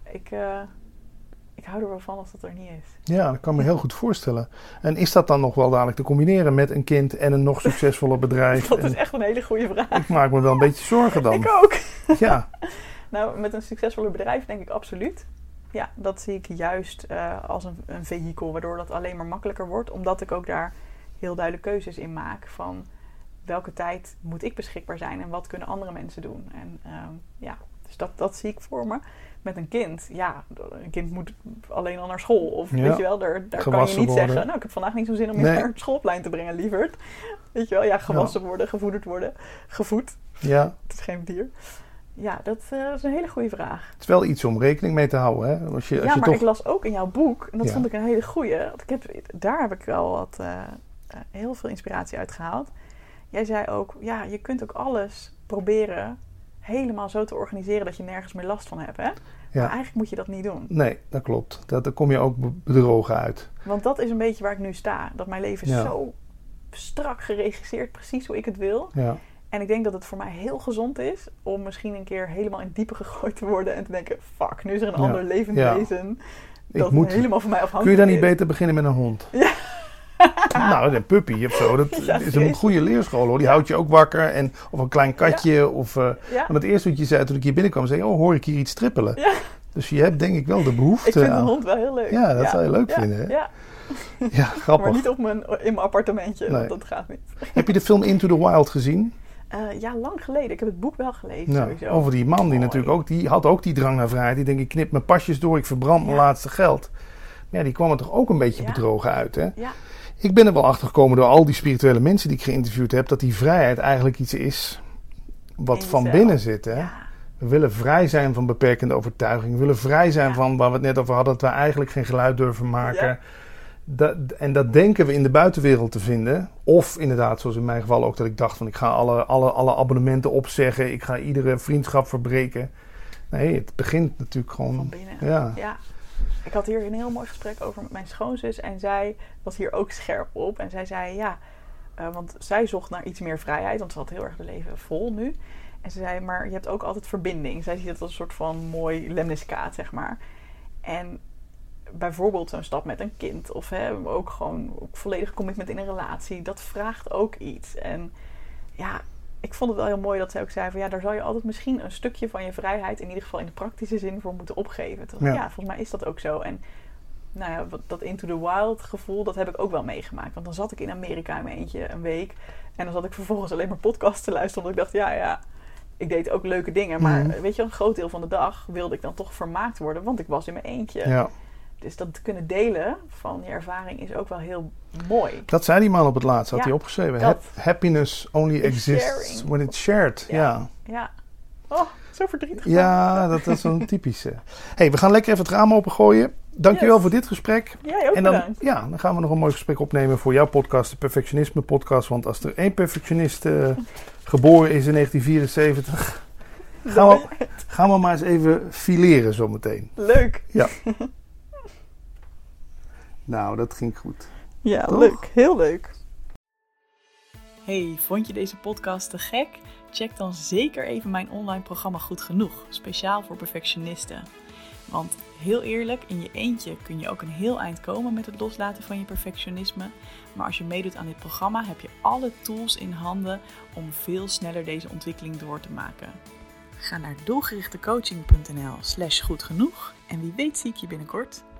ik hou er wel van als dat er niet is. Ja, dat kan me heel goed voorstellen. En is dat dan nog wel dadelijk te combineren met een kind en een nog succesvoller bedrijf? Dat is echt een hele goede vraag. Ik maak me wel een beetje zorgen dan. Ik ook. Ja. Nou, met een succesvoller bedrijf denk ik absoluut. Ja, dat zie ik juist als een vehikel, waardoor dat alleen maar makkelijker wordt. Omdat ik ook daar heel duidelijk keuzes in maak van welke tijd moet ik beschikbaar zijn en wat kunnen andere mensen doen. En dus dat zie ik voor me. Met een kind, een kind moet alleen al naar school. Of weet je wel, daar kan je niet zeggen, nou, ik heb vandaag niet zo'n zin om je naar het schoolplein te brengen, lieverd. Weet je wel, gewassen worden, gevoederd worden, gevoed. Ja. Het is geen dier. Ja, dat is een hele goede vraag. Het is wel iets om rekening mee te houden, hè? Als je maar toch... ik las ook in jouw boek, en dat vond ik een hele goeie. Daar heb ik wel heel veel inspiratie uit gehaald. Jij zei ook, je kunt ook alles proberen helemaal zo te organiseren dat je nergens meer last van hebt, hè? Ja. Maar eigenlijk moet je dat niet doen. Nee, dat klopt. Daar kom je ook bedrogen uit. Want dat is een beetje waar ik nu sta. Dat mijn leven is zo strak geregisseerd, precies hoe ik het wil. Ja. En ik denk dat het voor mij heel gezond is om misschien een keer helemaal in het diepe gegooid te worden en te denken, fuck, nu is er een ander levend wezen dat helemaal van mij afhankelijk is. Kun je dan niet beter beginnen met een hond? Ja. Nou, een puppy of zo, dat is een goede leerschool, hoor. Die houdt je ook wakker. Of een klein katje. Ja. Want het eerste wat je zei toen ik hier binnenkwam, zei hoor ik hier iets trippelen? Ja. Dus je hebt denk ik wel de behoefte. Ik vind een hond wel heel leuk. Ja, dat zou je leuk vinden. Hè? Ja. Ja, grappig. Maar niet in mijn appartementje, want dat gaat niet. Heb je de film Into the Wild gezien? Lang geleden. Ik heb het boek wel gelezen, sowieso. Over die man die natuurlijk ook, die had ook die drang naar vrijheid. Die denkt, ik knip mijn pasjes door, ik verbrand mijn laatste geld. Maar ja, die kwam er toch ook een beetje bedrogen uit, hè? Ja. Ik ben er wel achter gekomen door al die spirituele mensen die ik geïnterviewd heb, dat die vrijheid eigenlijk iets is wat van binnen zit. Hè? Ja. We willen vrij zijn van beperkende overtuiging. We willen vrij zijn van waar we het net over hadden, dat we eigenlijk geen geluid durven maken. Ja. En dat denken we in de buitenwereld te vinden. Of inderdaad, zoals in mijn geval ook, dat ik dacht van ik ga alle abonnementen opzeggen. Ik ga iedere vriendschap verbreken. Nee, het begint natuurlijk gewoon van binnen. Ja. Ik had hier een heel mooi gesprek over met mijn schoonzus. En zij was hier ook scherp op. En zij zei want zij zocht naar iets meer vrijheid. Want ze had heel erg de leven vol nu. En ze zei, maar je hebt ook altijd verbinding. Zij ziet het als een soort van mooi lemniskaat, zeg maar. En bijvoorbeeld zo'n stap met een kind. Of ook gewoon volledig commitment in een relatie. Dat vraagt ook iets. En ik vond het wel heel mooi dat zij ook zei van daar zou je altijd misschien een stukje van je vrijheid, in ieder geval in de praktische zin, voor moeten opgeven. Toen, volgens mij is dat ook zo. En dat Into the Wild gevoel, dat heb ik ook wel meegemaakt. Want dan zat ik in Amerika in mijn eentje een week. En dan zat ik vervolgens alleen maar podcasts te luisteren. Omdat ik dacht, ik deed ook leuke dingen. Maar weet je, een groot deel van de dag wilde ik dan toch vermaakt worden. Want ik was in mijn eentje. Ja. Dus dat te kunnen delen van je ervaring is ook wel heel mooi. Dat zei die man op het laatst, had hij opgeschreven. Happiness only exists when it's shared. Ja. Oh, zo verdrietig. Ja, dat is zo'n typische. Hey, we gaan lekker even het raam opengooien. Dankjewel voor dit gesprek. Ja, ook bedankt. Dan gaan we nog een mooi gesprek opnemen voor jouw podcast, de Perfectionisme podcast. Want als er 1 perfectionist geboren is in 1974, gaan we maar eens even fileren zometeen. Leuk. Ja. Nou, dat ging goed. Ja, toch? Leuk. Heel leuk. Hey, vond je deze podcast te gek? Check dan zeker even mijn online programma Goed Genoeg. Speciaal voor perfectionisten. Want heel eerlijk, in je eentje kun je ook een heel eind komen met het loslaten van je perfectionisme. Maar als je meedoet aan dit programma heb je alle tools in handen om veel sneller deze ontwikkeling door te maken. Ga naar doelgerichtecoaching.nl/goedgenoeg en wie weet zie ik je binnenkort.